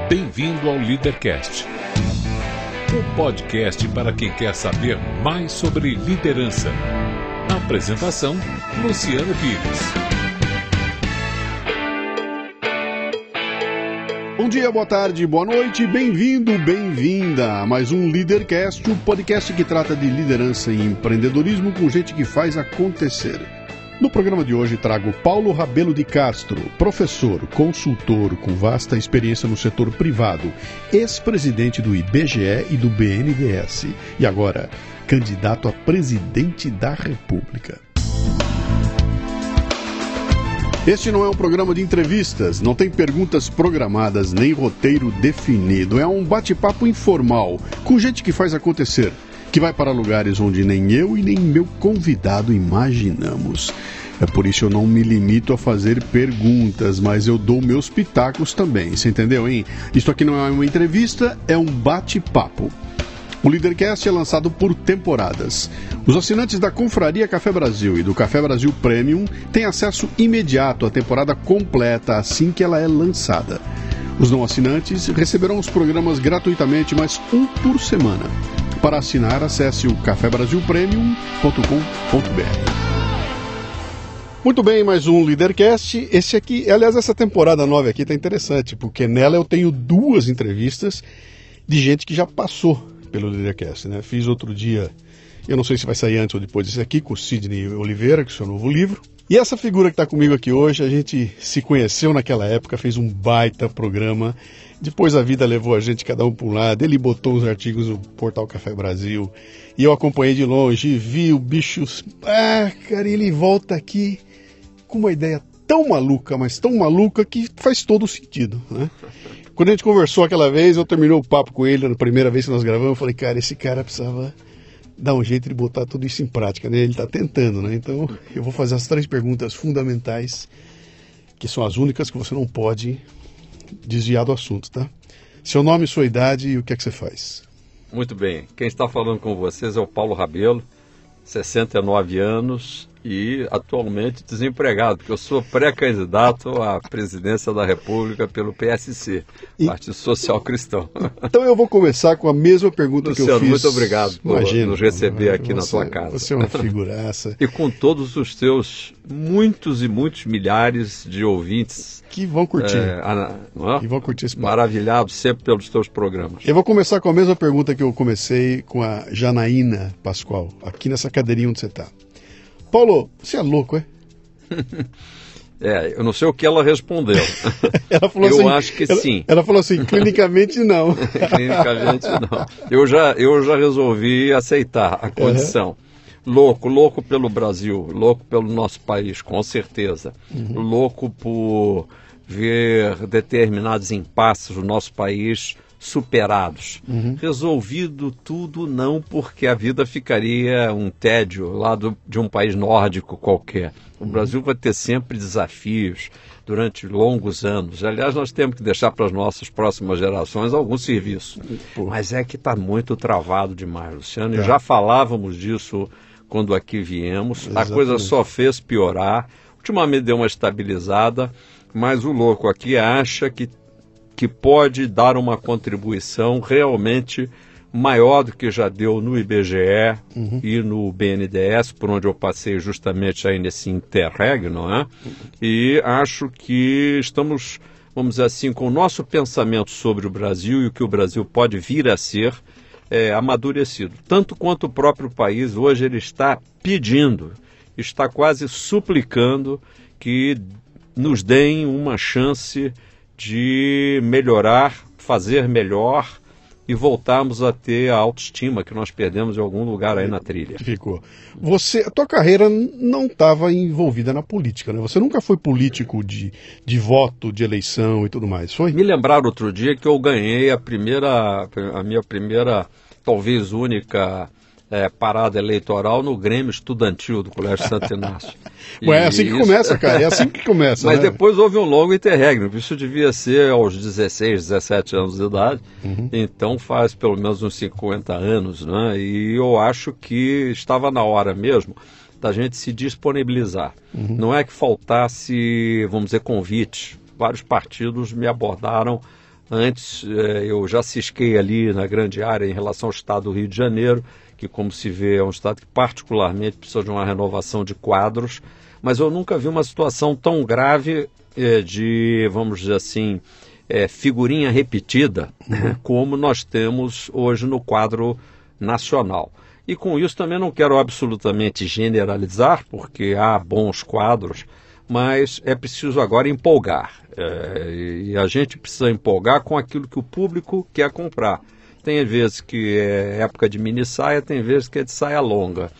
Bem-vindo ao Leadercast, o podcast para quem quer saber mais sobre liderança. Apresentação, Luciano Pires. Bom dia, boa tarde, boa noite, bem-vindo, bem-vinda a mais um Leadercast, o podcast que trata de liderança e empreendedorismo com gente que faz acontecer. No programa de hoje trago Paulo Rabelo de Castro, professor, consultor com vasta experiência no setor privado, ex-presidente do IBGE e do BNDES e agora candidato a presidente da República. Este não é um programa de entrevistas, não tem perguntas programadas nem roteiro definido. É um bate-papo informal, com gente que faz acontecer, que vai para lugares onde nem eu e nem meu convidado imaginamos. É por isso eu não me limito a fazer perguntas, mas eu dou meus pitacos também, você entendeu, hein? Isso aqui não é uma entrevista, é um bate-papo. O Leadercast é lançado por temporadas. Os assinantes da Confraria Café Brasil e do Café Brasil Premium têm acesso imediato à temporada completa assim que ela é lançada. Os não assinantes receberão os programas gratuitamente, mas um por semana. Para assinar, acesse o cafebrasilpremium.com.br. Muito bem, mais um Leadercast. Essa temporada nova aqui está interessante, porque nela eu tenho duas entrevistas de gente que já passou pelo Leadercast, né? Fiz outro dia, eu não sei se vai sair antes ou depois desse aqui, com o Sidney Oliveira, que é o seu novo livro. E essa figura que está comigo aqui hoje, a gente se conheceu naquela época, fez um baita programa. Depois a vida levou a gente cada um para um lado, ele botou os artigos no Portal Café Brasil, e eu acompanhei de longe, vi o bicho... cara, ele volta aqui com uma ideia tão maluca, mas tão maluca que faz todo sentido, né? Quando a gente conversou aquela vez, eu terminei o papo com ele, na primeira vez que nós gravamos, eu falei, cara, esse cara precisava dar um jeito de botar tudo isso em prática, né? Ele está tentando, né? Então, eu vou fazer as 3 perguntas fundamentais, que são as únicas que você não pode desviar do assunto, tá? Seu nome, sua idade e o que é que você faz? Muito bem. Quem está falando com vocês é o Paulo Rabelo, 69 anos e atualmente desempregado, porque eu sou pré-candidato à presidência da República pelo PSC, Partido Social Cristão. Então eu vou começar com a mesma pergunta Luciano, que eu fiz. Muito obrigado por nos receber aqui na sua casa. Você é uma figuraça. E com todos os teus muitos e muitos milhares de ouvintes que vão curtir. E vão curtir esse papo. Maravilhados sempre pelos teus programas. Eu vou começar com a mesma pergunta que eu comecei com a Janaína Pascoal, aqui nessa cadeirinha onde você está. Paulo, você é louco, é? Eu não sei o que ela respondeu. Ela falou eu acho que sim. Ela falou assim, clinicamente não. Clinicamente não. Eu já resolvi aceitar a condição. Louco pelo Brasil, louco pelo nosso país, com certeza. Louco por ver determinados impasses no nosso país superados. Resolvido tudo não, porque a vida ficaria um tédio lá de um país nórdico qualquer. O Brasil vai ter sempre desafios durante longos anos. Aliás, nós temos que deixar para as nossas próximas gerações algum serviço. Mas é que está muito travado demais, Luciano. E já falávamos disso quando aqui viemos. Exatamente. A coisa só fez piorar. Ultimamente deu uma estabilizada, mas o louco aqui acha que pode dar uma contribuição realmente maior do que já deu no IBGE e no BNDES, por onde eu passei justamente aí nesse interregno, né? E acho que estamos, vamos dizer assim, com o nosso pensamento sobre o Brasil e o que o Brasil pode vir a ser amadurecido. Tanto quanto o próprio país, hoje ele está pedindo, está quase suplicando que nos deem uma chance de melhorar, fazer melhor e voltarmos a ter a autoestima que nós perdemos em algum lugar aí na trilha. Ficou. A tua carreira não estava envolvida na política, né? Você nunca foi político de voto, de eleição e tudo mais, foi? Me lembraram outro dia que eu ganhei a minha primeira, talvez única parada eleitoral no Grêmio Estudantil do Colégio Santo Inácio. É assim que começa, cara, é assim que começa. Mas né? Depois houve um longo interregno, isso devia ser aos 16, 17 anos de idade, então faz pelo menos uns 50 anos, né? E eu acho que estava na hora mesmo da gente se disponibilizar. Não é que faltasse, vamos dizer, convite. Vários partidos me abordaram Antes, eu já cisquei ali na grande área em relação ao estado do Rio de Janeiro, que, como se vê, é um estado que particularmente precisa de uma renovação de quadros, mas eu nunca vi uma situação tão grave de, vamos dizer assim, figurinha repetida, como nós temos hoje no quadro nacional. E com isso também não quero absolutamente generalizar, porque há bons quadros, mas é preciso agora empolgar. E a gente precisa empolgar com aquilo que o público quer comprar. Tem vezes que é época de mini saia, tem vezes que é de saia longa.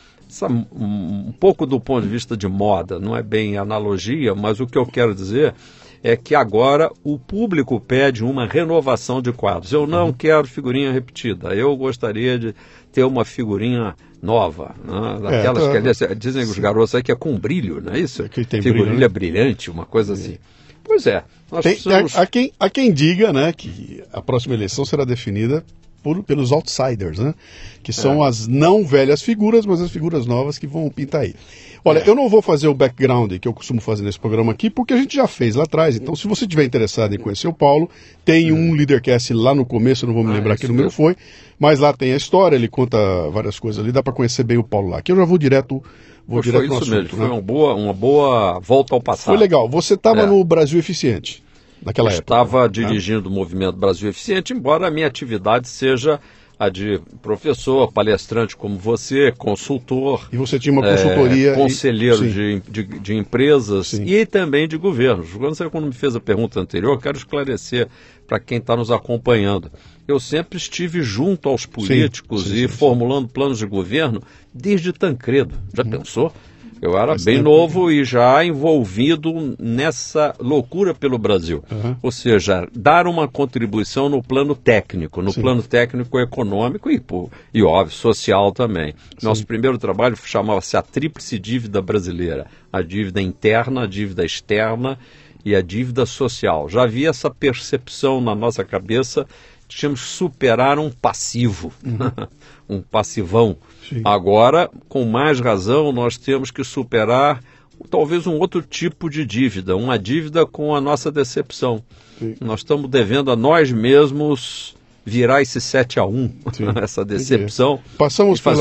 Um pouco do ponto de vista de moda, não é bem analogia, mas o que eu quero dizer é que agora o público pede uma renovação de quadros. Eu não quero figurinha repetida, eu gostaria de ter uma figurinha nova, né? Daquelas que, aliás, dizem os garotos aí que é com brilho, não é isso? Que tem figurinha brilho, né? Brilhante, uma coisa assim. Pois é. Nós precisamos... há quem diga, né, que a próxima eleição será definida pelos outsiders, né? Que são as não velhas figuras, mas as figuras novas que vão pintar aí. Olha, eu não vou fazer o background que eu costumo fazer nesse programa aqui, porque a gente já fez lá atrás. Então, se você estiver interessado em conhecer o Paulo, tem um Leadercast lá no começo, eu não vou me lembrar que número foi, mas lá tem a história, ele conta várias coisas ali, dá para conhecer bem o Paulo lá. Aqui eu já vou direto no assunto. Mesmo, foi uma boa volta ao passado. Foi legal. Você estava no Brasil Eficiente naquela época. Estava dirigindo o movimento Brasil Eficiente, embora a minha atividade seja a de professor, palestrante como você, consultor. E você tinha uma consultoria. Conselheiro de empresas e também de governos. Quando me fez a pergunta anterior, eu quero esclarecer para quem está nos acompanhando. Eu sempre estive junto aos políticos formulando planos de governo desde Tancredo. Já pensou? Eu era bem novo e já envolvido nessa loucura pelo Brasil. Ou seja, dar uma contribuição no plano técnico, plano técnico econômico e óbvio, social também. Nosso primeiro trabalho chamava-se a tríplice dívida brasileira. A dívida interna, a dívida externa e a dívida social. Já havia essa percepção na nossa cabeça de que tínhamos que superar um passivo, um passivão. Agora, com mais razão, nós temos que superar talvez um outro tipo de dívida, uma dívida com a nossa decepção. Nós estamos devendo a nós mesmos virar esse 7-1, essa decepção, passamos e fazer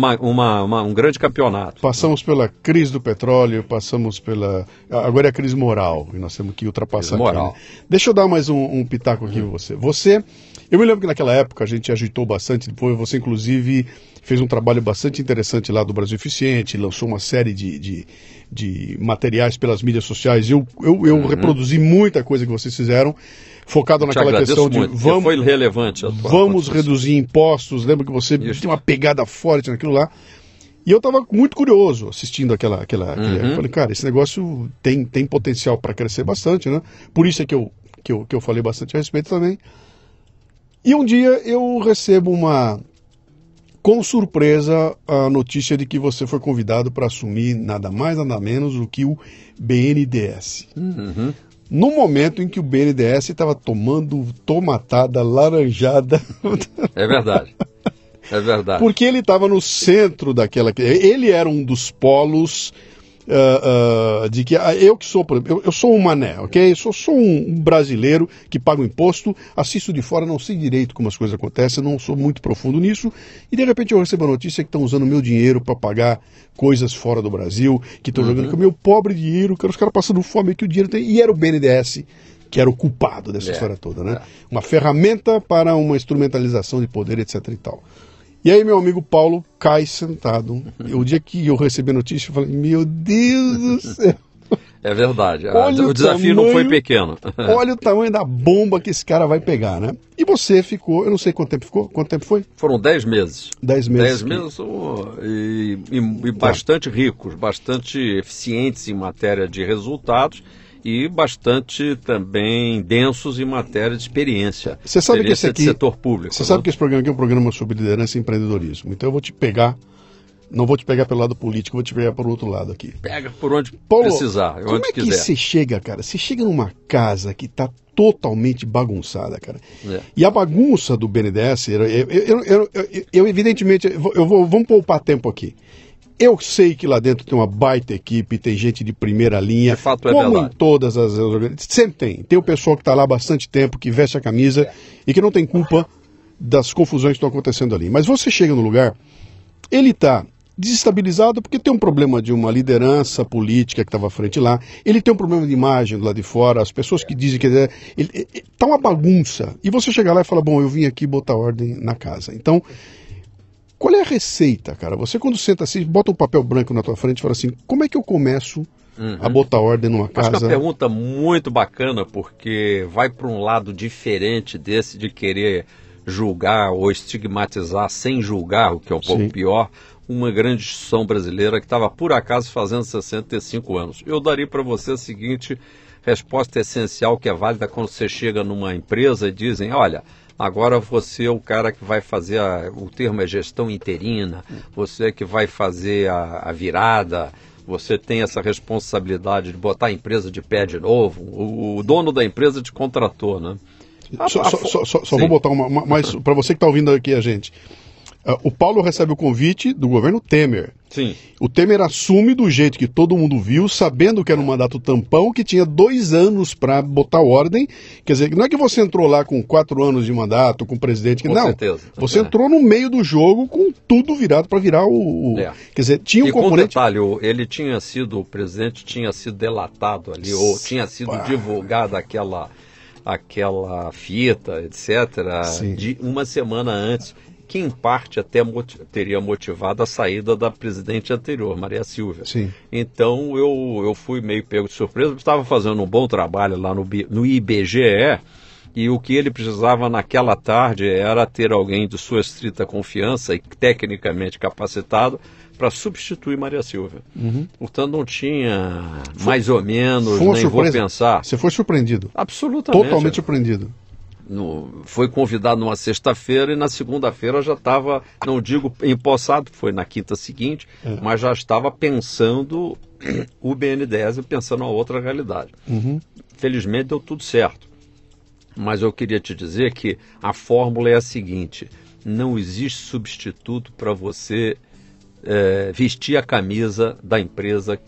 um grande campeonato. Passamos pela crise do petróleo, agora é a crise moral, e nós temos que ultrapassar aqui, né? Deixa eu dar mais um pitaco aqui para você. Eu me lembro que naquela época a gente agitou bastante, depois você inclusive fez um trabalho bastante interessante lá do Brasil Eficiente, lançou uma série de materiais pelas mídias sociais. Eu reproduzi muita coisa que vocês fizeram, focado naquela questão de foi relevante vamos reduzir impostos. Lembro que você tinha uma pegada forte naquilo lá. E eu estava muito curioso assistindo aquela eu falei, cara, esse negócio tem potencial para crescer bastante, né? Por isso é que eu falei bastante a respeito também. E um dia eu recebo com surpresa a notícia de que você foi convidado para assumir nada mais, nada menos do que o BNDES. No momento em que o BNDES estava tomando tomatada, laranjada. É verdade. É verdade. Porque ele estava no centro daquela... Ele era um dos polos de que eu sou um mané, ok? Eu sou um brasileiro que paga o imposto, assisto de fora, não sei direito como as coisas acontecem, não sou muito profundo nisso, e de repente eu recebo a notícia que estão usando meu dinheiro para pagar coisas fora do Brasil, que estão jogando com o meu pobre dinheiro, que os caras passando fome, que o dinheiro tem, e era o BNDES que era o culpado dessa história toda, né? Uma ferramenta para uma instrumentalização de poder, etc e tal. E aí meu amigo Paulo cai sentado. O dia que eu recebi a notícia, eu falei, meu Deus do céu. É verdade. O desafio não foi pequeno. Olha o tamanho da bomba que esse cara vai pegar, né? E você ficou, eu não sei quanto tempo ficou. Quanto tempo foi? Foram 10 meses. 10 meses. 10 meses e bastante ricos, bastante eficientes em matéria de resultados e bastante também densos em matéria de experiência. Você sabe que esse aqui, setor público. Você sabe que esse programa aqui é um programa sobre liderança e empreendedorismo. Então eu vou te pegar, não vou te pegar pelo lado político, vou te pegar pelo outro lado aqui. Pega por onde Paulo, precisar, como onde é quiser. Que você chega, cara? Você chega numa casa que está totalmente bagunçada, cara. E a bagunça do BNDES, eu evidentemente, vamos poupar tempo aqui. Eu sei que lá dentro tem uma baita equipe, tem gente de primeira linha, De fato, como verdade. em todas as organizações. Sempre tem o pessoal que está lá há bastante tempo, que veste a camisa e que não tem culpa das confusões que estão acontecendo ali. Mas você chega no lugar, ele está desestabilizado porque tem um problema de uma liderança política que estava à frente lá, ele tem um problema de imagem do lado de fora, as pessoas que dizem que está uma bagunça. E você chega lá e fala, bom, eu vim aqui botar ordem na casa. Então, qual é a receita, cara? Você quando senta assim, bota um papel branco na tua frente e fala assim, como é que eu começo a botar ordem numa casa? Acho que é uma pergunta muito bacana, porque vai para um lado diferente desse de querer julgar ou estigmatizar sem julgar, o que é um pouco pior, uma grande instituição brasileira que estava, por acaso, fazendo 65 anos. Eu daria para você a seguinte resposta essencial, que é válida quando você chega numa empresa e dizem, olha, agora você é o cara que vai fazer, o termo é gestão interina, você é que vai fazer a virada, você tem essa responsabilidade de botar a empresa de pé de novo, o dono da empresa te contratou, né? Só vou botar uma mais para você que está ouvindo aqui a gente. O Paulo recebe o convite do governo Temer. Sim. O Temer assume do jeito que todo mundo viu, sabendo que era um mandato tampão, que tinha 2 anos para botar ordem. Quer dizer, não é que você entrou lá com 4 anos de mandato, com o presidente. Com não, certeza. Você entrou no meio do jogo com tudo virado para virar Quer dizer, tinha um componente... com detalhe, o presidente tinha sido delatado ali, ou tinha sido divulgada aquela fita, etc., de uma semana antes, que em parte até teria motivado a saída da presidente anterior, Maria Silvia. Sim. Então eu fui meio pego de surpresa, estava fazendo um bom trabalho lá no IBGE, e o que ele precisava naquela tarde era ter alguém de sua estrita confiança e tecnicamente capacitado para substituir Maria Silvia. Portanto, não tinha mais ou menos, nem surpresa. Vou pensar. Você foi surpreendido? Absolutamente. Totalmente surpreendido. Foi convidado numa sexta-feira e na segunda-feira já estava, não digo empossado, foi na quinta seguinte, mas já estava pensando o BNDES e pensando a outra realidade. Felizmente deu tudo certo. Mas eu queria te dizer que a fórmula é a seguinte, não existe substituto para você vestir a camisa da empresa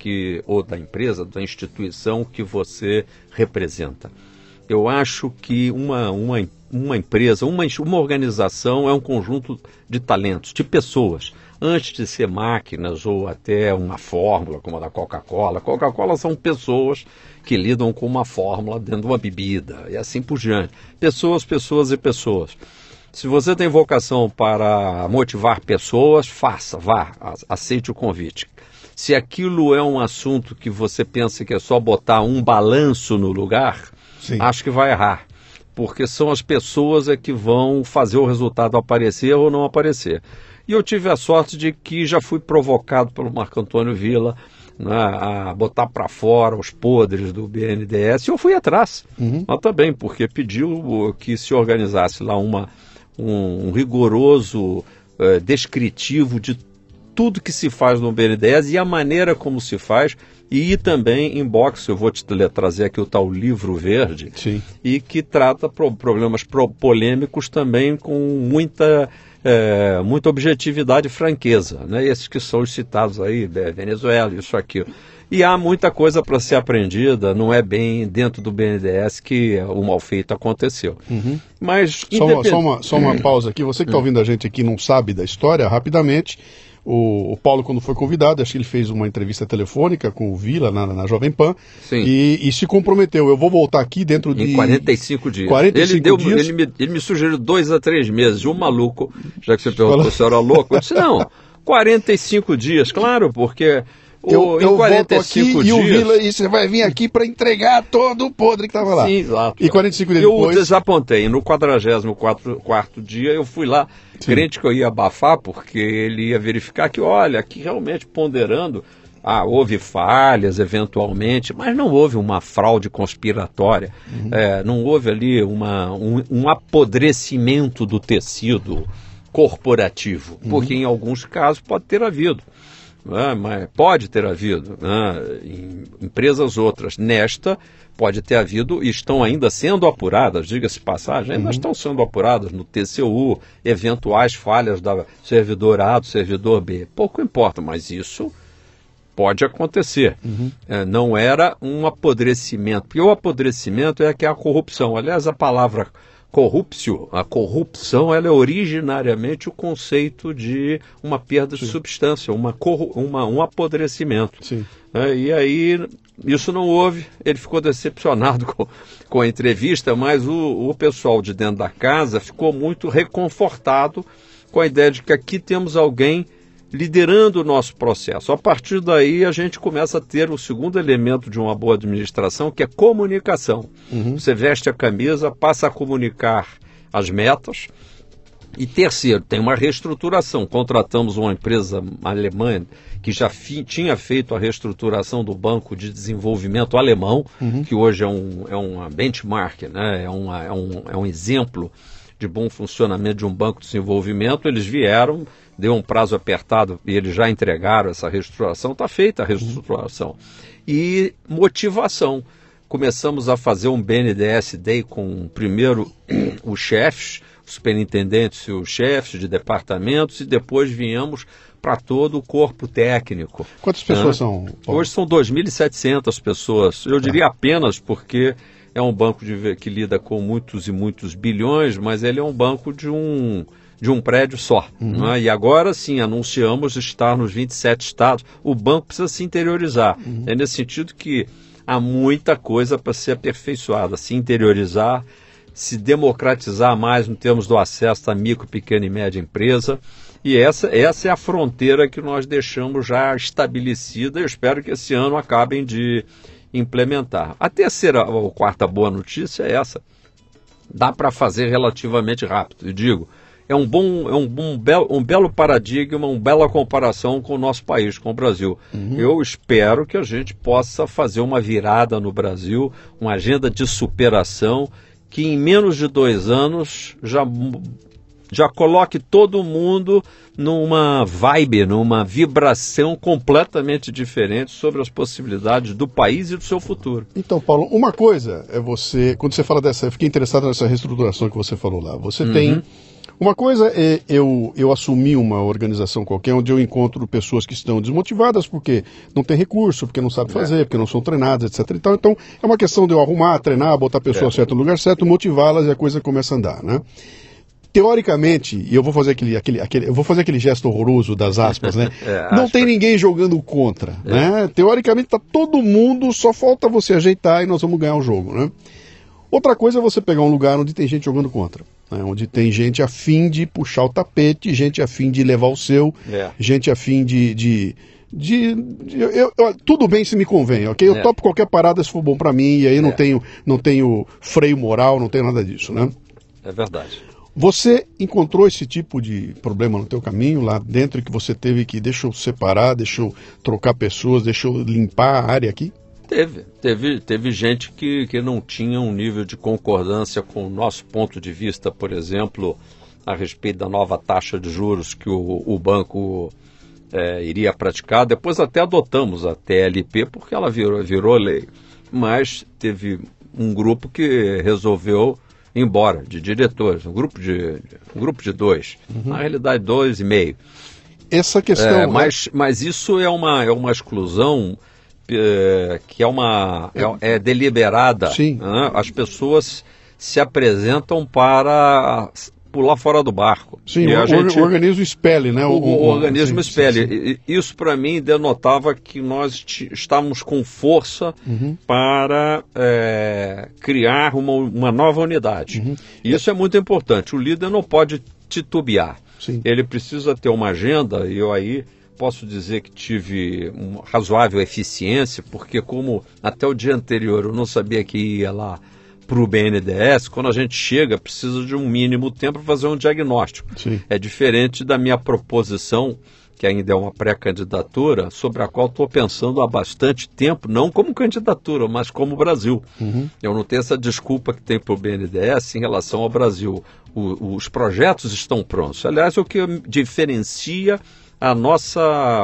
da instituição que você representa. Eu acho que uma empresa, uma organização é um conjunto de talentos, de pessoas. Antes de ser máquinas ou até uma fórmula como a da Coca-Cola. Coca-Cola são pessoas que lidam com uma fórmula dentro de uma bebida e assim por diante. Pessoas, pessoas e pessoas. Se você tem vocação para motivar pessoas, vá, aceite o convite. Se aquilo é um assunto que você pensa que é só botar um balanço no lugar, acho que vai errar. Porque são as pessoas que vão fazer o resultado aparecer ou não aparecer. E eu tive a sorte de que já fui provocado pelo Marco Antônio Villa, né, a botar para fora os podres do BNDES, e eu fui atrás. Mas também, porque pediu que se organizasse lá um rigoroso descritivo de tudo que se faz no BNDES e a maneira como se faz, e também em box, eu vou te trazer aqui o tal livro verde, e que trata problemas polêmicos também com muita objetividade e franqueza, né? Esses que são os citados aí, Venezuela, isso, aquilo. E há muita coisa para ser aprendida, não é bem dentro do BNDES que o mal feito aconteceu. Mas só uma pausa aqui, você que está ouvindo a gente aqui não sabe da história, rapidamente. O Paulo, quando foi convidado, acho que ele fez uma entrevista telefônica com o Villa na Jovem Pan e se comprometeu. Eu vou voltar aqui dentro de... Em 45 dias. Ele me sugeriu 2 a 3 meses. Um maluco, já que você perguntou se eu era louco, eu disse, não, 45 dias, claro, porque... Eu volto aqui e o Villa, e você vai vir aqui para entregar todo o podre que estava lá. Sim, exato. E 45 dias depois... Eu desapontei. No 44º dia eu fui lá, crente que eu ia abafar, porque ele ia verificar que, olha, aqui realmente ponderando, houve falhas eventualmente, mas não houve uma fraude conspiratória, não houve ali um apodrecimento do tecido corporativo, porque em alguns casos pode ter havido. né? Mas pode ter havido, né? Em empresas outras. Nesta, pode ter havido e estão ainda sendo apuradas, diga-se passagem, ainda estão sendo apuradas no TCU, eventuais falhas da servidor A, do servidor B. Pouco importa, mas isso pode acontecer. Não era um apodrecimento, porque o apodrecimento é que é a corrupção. Aliás, a palavra a corrupção, ela é originariamente o conceito de uma perda de substância, um apodrecimento. Sim. E aí, isso não houve, ele ficou decepcionado com a entrevista, mas o pessoal de dentro da casa ficou muito reconfortado com a ideia de que aqui temos alguém liderando o nosso processo. A partir daí, a gente começa a ter o segundo elemento de uma boa administração, que é comunicação. Você veste a camisa, passa a comunicar as metas. E terceiro, tem uma reestruturação. Contratamos uma empresa alemã que já tinha feito a reestruturação do Banco de Desenvolvimento Alemão, que hoje é um benchmark, né? é um exemplo de bom funcionamento de um banco de desenvolvimento. Eles vieram, deu um prazo apertado e eles já entregaram essa reestruturação, está feita a reestruturação. E motivação. Começamos a fazer um BNDES Day com primeiro os chefes, os superintendentes e os chefes de departamentos, e depois viemos para todo o corpo técnico. Quantas pessoas são, Paulo? Hoje são 2.700 pessoas. Eu diria apenas porque é um banco que lida com muitos e muitos bilhões, mas ele é um banco de um prédio só. Né? E agora sim, anunciamos estar nos 27 estados. O banco precisa se interiorizar. É nesse sentido que há muita coisa para ser aperfeiçoada, se interiorizar, se democratizar mais no termos do acesso à micro, pequena e média empresa. E essa é a fronteira que nós deixamos já estabelecida. Eu espero que esse ano acabem de implementar. A terceira ou quarta boa notícia é essa. Dá para fazer relativamente rápido. Eu digo, é um belo paradigma, uma bela comparação com o nosso país, com o Brasil. Eu espero que a gente possa fazer uma virada no Brasil, uma agenda de superação que em menos de 2 anos já coloque todo mundo numa vibe, numa vibração completamente diferente sobre as possibilidades do país e do seu futuro. Então, Paulo, uma coisa é quando você fala eu fiquei interessado nessa reestruturação que você falou lá. Você tem... Uma coisa é eu assumir uma organização qualquer onde eu encontro pessoas que estão desmotivadas porque não tem recurso, porque não sabem fazer, porque não são treinadas, etc. E tal. Então, é uma questão de eu arrumar, treinar, botar a pessoa certa no lugar certo, motivá-las e a coisa começa a andar, né? Teoricamente, e eu vou fazer aquele gesto horroroso das aspas, né? Não tem ninguém jogando contra, né? Teoricamente está todo mundo, só falta você ajeitar e nós vamos ganhar o jogo, né? Outra coisa é você pegar um lugar onde tem gente jogando contra, né? Onde tem gente a fim de puxar o tapete, gente a fim de levar o seu, gente a fim tudo bem se me convém, ok? Eu topo qualquer parada se for bom para mim, e aí não tenho freio moral, não tenho nada disso, né? É verdade. Você encontrou esse tipo de problema no teu caminho lá dentro que você teve que, deixa eu separar, deixa eu trocar pessoas, deixa eu limpar a área aqui? Teve gente que não tinha um nível de concordância com o nosso ponto de vista, por exemplo, a respeito da nova taxa de juros que o banco iria praticar. Depois até adotamos a TLP porque ela virou lei, mas teve um grupo que resolveu ir embora, de diretores, um grupo de 2, na realidade 2,5. Essa questão... Mas isso é uma exclusão que é deliberada. Sim. Né? As pessoas se apresentam para pular fora do barco. Sim, o organismo expele, né? O organismo expele. Sim. Isso, para mim, denotava que nós estávamos com força para criar uma nova unidade. Isso é muito importante. O líder não pode titubear. Sim. Ele precisa ter uma agenda, e eu aí posso dizer que tive uma razoável eficiência, porque como até o dia anterior eu não sabia que ia lá para o BNDES, quando a gente chega precisa de um mínimo tempo para fazer um diagnóstico. Sim. É diferente da minha proposição, que ainda é uma pré-candidatura, sobre a qual estou pensando há bastante tempo, não como candidatura, mas como Brasil. Eu não tenho essa desculpa que tem para o BNDES em relação ao Brasil. Os projetos estão prontos. Aliás, o que diferencia a nossa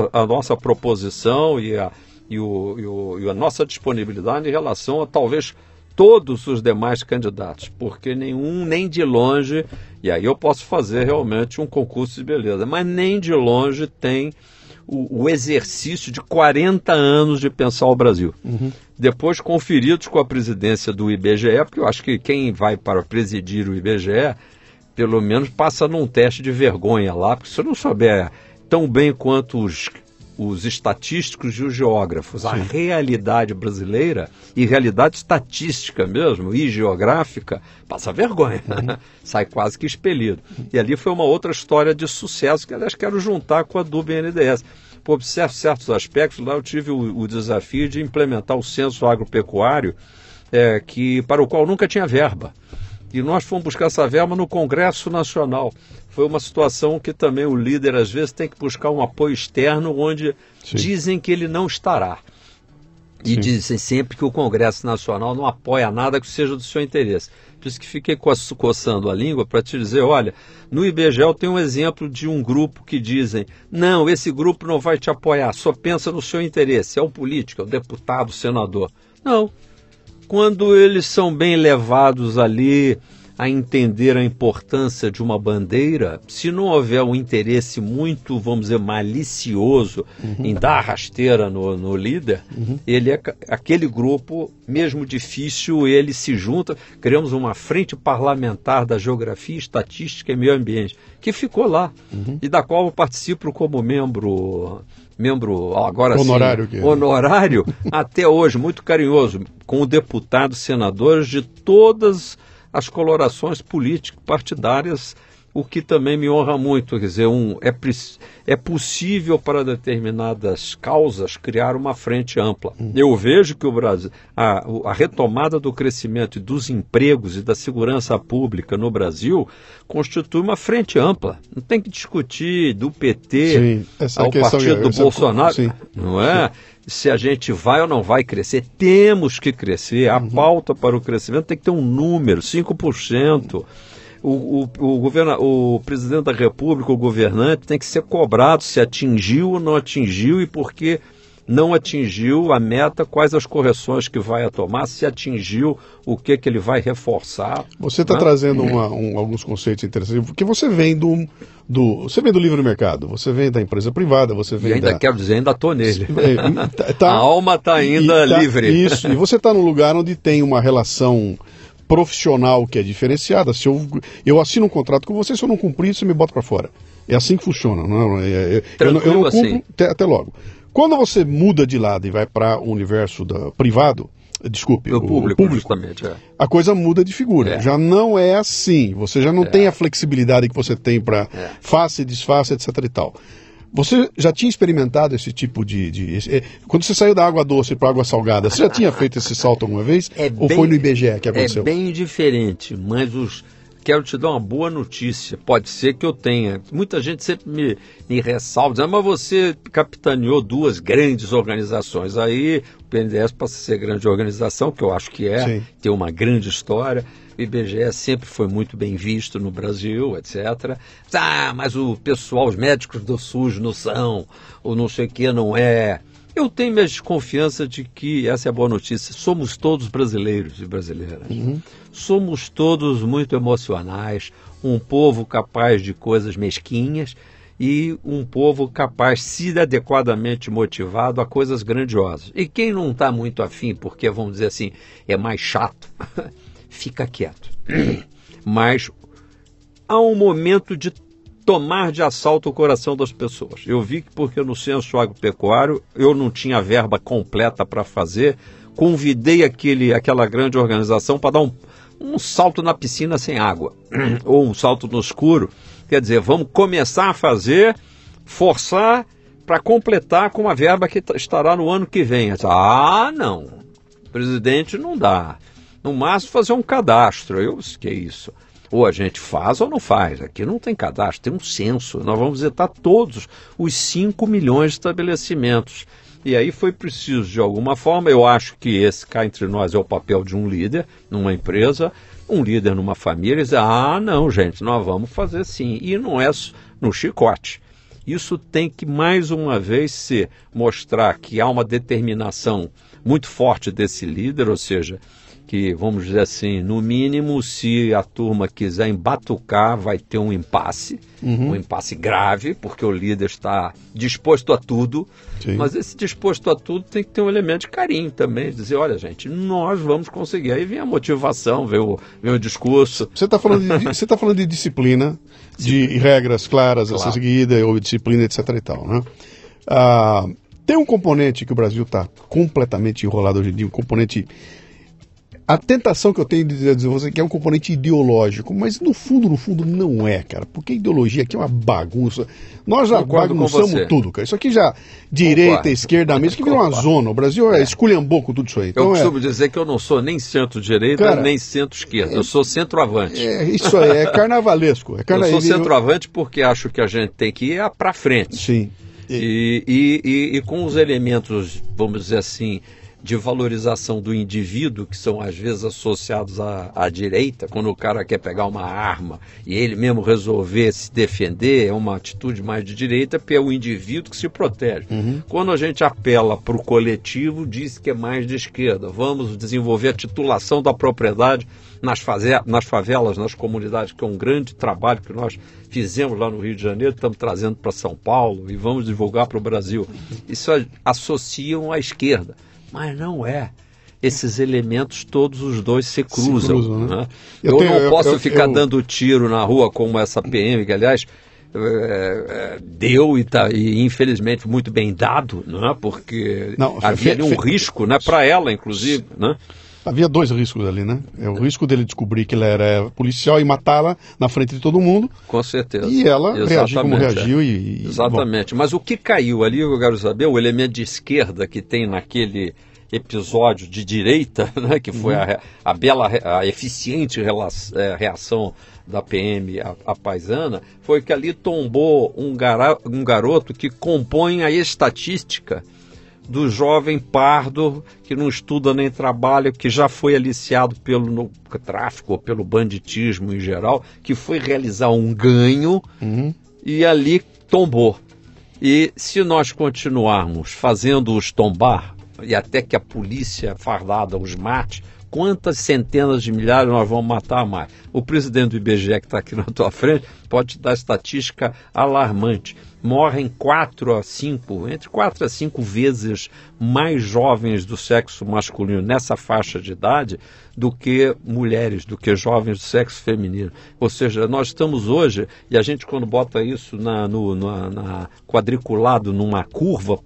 proposição e a nossa disponibilidade em relação a talvez todos os demais candidatos, porque nenhum, nem de longe, e aí eu posso fazer realmente um concurso de beleza, mas nem de longe tem o exercício de 40 anos de pensar o Brasil. Depois conferidos com a presidência do IBGE, porque eu acho que quem vai para presidir o IBGE, pelo menos passa num teste de vergonha lá, porque se eu não souber tão bem quanto os estatísticos e os geógrafos, a realidade brasileira e realidade estatística mesmo, e geográfica, passa vergonha, sai quase que expelido. E ali foi uma outra história de sucesso que, aliás, quero juntar com a do BNDES. Por certos aspectos, lá eu tive o desafio de implementar o censo agropecuário, para o qual nunca tinha verba. E nós fomos buscar essa verba no Congresso Nacional. Foi uma situação que também o líder, às vezes, tem que buscar um apoio externo onde dizem que ele não estará. E dizem sempre que o Congresso Nacional não apoia nada que seja do seu interesse. Por isso que fiquei coçando a língua para te dizer, olha, no IBGE eu tenho um exemplo de um grupo que dizem, não, esse grupo não vai te apoiar, só pensa no seu interesse, é o político, é o deputado, o senador. Não. Quando eles são bem levados ali a entender a importância de uma bandeira, se não houver um interesse muito, vamos dizer, malicioso em dar rasteira no líder, ele aquele grupo, mesmo difícil, ele se junta. Criamos uma frente parlamentar da geografia, estatística e meio ambiente, que ficou lá, e da qual eu participo como membro agora honorário, sim, honorário até hoje, muito carinhoso, com deputados, senadores de todas as colorações político-partidárias, o que também me honra muito. Quer dizer, é possível para determinadas causas criar uma frente ampla. Eu vejo que o Brasil, a retomada do crescimento e dos empregos e da segurança pública no Brasil constitui uma frente ampla. Não tem que discutir do PT ao partido do Bolsonaro, não é? Se a gente vai ou não vai crescer, temos que crescer. A pauta para o crescimento tem que ter um número, 5%. O presidente da República, o governante, tem que ser cobrado se atingiu ou não atingiu e por que não atingiu a meta, quais as correções que vai tomar, se atingiu, o que ele vai reforçar. Você está trazendo alguns conceitos interessantes, porque você vem você vem do livre mercado, você vem da empresa privada, você vem quero dizer, ainda estou nele. A alma está ainda livre. Isso, e você está num lugar onde tem uma relação profissional que é diferenciada. Se eu assino um contrato com você, se eu não cumprir, você me bota para fora. É assim que funciona. Eu não cumpro, assim. Até logo. Quando você muda de lado e vai para o universo privado, desculpe, o público justamente, a coisa muda de figura. Já não é assim. Você já não tem a flexibilidade que você tem para face, desface, etc. e tal. Você já tinha experimentado esse tipo quando você saiu da água doce para a água salgada, você já tinha feito esse salto alguma vez? Ou foi no IBGE que aconteceu? É bem diferente, mas quero te dar uma boa notícia. Pode ser que eu tenha. Muita gente sempre me ressalva, dizendo, mas você capitaneou 2 grandes organizações. Aí o BNDES passa a ser grande organização, que eu acho que tem uma grande história. O IBGE sempre foi muito bem visto no Brasil, etc. Mas o pessoal, os médicos do SUS não são, ou não sei o que, não é. Eu tenho minha desconfiança de que, essa é a boa notícia, somos todos brasileiros e brasileiras. Somos todos muito emocionais, um povo capaz de coisas mesquinhas e um povo capaz, se adequadamente motivado, a coisas grandiosas. E quem não está muito afim, porque, vamos dizer assim, é mais chato, fica quieto. Mas há um momento de tomar de assalto o coração das pessoas. Eu vi que porque no censo agropecuário eu não tinha verba completa para fazer, convidei aquela grande organização para dar um salto na piscina sem água, ou um salto no escuro. Quer dizer, vamos começar a fazer, forçar para completar com uma verba que estará no ano que vem. Não, presidente, não dá. No máximo fazer um cadastro. Que é isso? Ou a gente faz ou não faz. Aqui não tem cadastro, tem um censo. Nós vamos visitar todos os 5 milhões de estabelecimentos. E aí foi preciso, de alguma forma, eu acho que esse, cá entre nós, é o papel de um líder numa empresa, um líder numa família, dizer, não, gente, nós vamos fazer sim. E não é no chicote. Isso tem que, mais uma vez, mostrar que há uma determinação muito forte desse líder, ou seja, que, vamos dizer assim, no mínimo, se a turma quiser embatucar, vai ter um impasse grave, porque o líder está disposto a tudo. Sim. Mas esse disposto a tudo tem que ter um elemento de carinho também, dizer, olha, gente, nós vamos conseguir. Aí vem a motivação, vem o discurso. Você está falando de disciplina, de regras claras a ser seguida, ou disciplina, etc. e tal, né? Tem um componente que o Brasil está completamente enrolado hoje em dia, um componente... A tentação que eu tenho de dizer a você que é um componente ideológico, mas no fundo não é, cara, porque a ideologia aqui é uma bagunça. Nós já bagunçamos tudo, cara. Isso aqui já, direita, esquerda, mesmo, que virou uma zona. O Brasil esculhambou com tudo isso aí. Então, eu costumo dizer que eu não sou nem centro-direita, nem centro-esquerda. Eu sou centroavante. Isso aí, é carnavalesco. Eu sou centroavante porque acho que a gente tem que ir para frente. Sim. E com os elementos, vamos dizer assim, de valorização do indivíduo, que são às vezes associados à direita, quando o cara quer pegar uma arma e ele mesmo resolver se defender, é uma atitude mais de direita, porque é o indivíduo que se protege. Quando a gente apela para o coletivo, diz que é mais de esquerda. Vamos desenvolver a titulação da propriedade nas favelas, nas comunidades, que é um grande trabalho que nós fizemos lá no Rio de Janeiro, estamos trazendo para São Paulo e vamos divulgar para o Brasil. Isso associam à esquerda. Mas não é. Esses elementos, todos os dois se cruzam. Né? Eu não posso ficar dando tiro na rua como essa PM, que aliás deu e infelizmente muito bem dado, não é? Porque havia ali um risco, né, para ela, inclusive. Né? Havia dois riscos ali, né? É o risco dele descobrir que ele era policial e matá-la na frente de todo mundo. Com certeza. E ela reagir como reagiu. Exatamente. Bom. Mas o que caiu ali, eu quero saber, o elemento de esquerda que tem naquele episódio de direita, né, que foi a eficiente reação da PM à paisana, foi que ali tombou um garoto que compõe a estatística do jovem pardo que não estuda nem trabalha, que já foi aliciado pelo tráfico ou pelo banditismo em geral, que foi realizar um ganho e ali tombou. E se nós continuarmos fazendo-os tombar, e até que a polícia fardada os mate, quantas centenas de milhares nós vamos matar mais? O presidente do IBGE, que está aqui na tua frente, pode te dar estatística alarmante. Morrem entre 4 a 5 vezes mais jovens do sexo masculino nessa faixa de idade do que mulheres, do que jovens do sexo feminino. Ou seja, nós estamos hoje, e a gente quando bota isso quadriculado numa curva,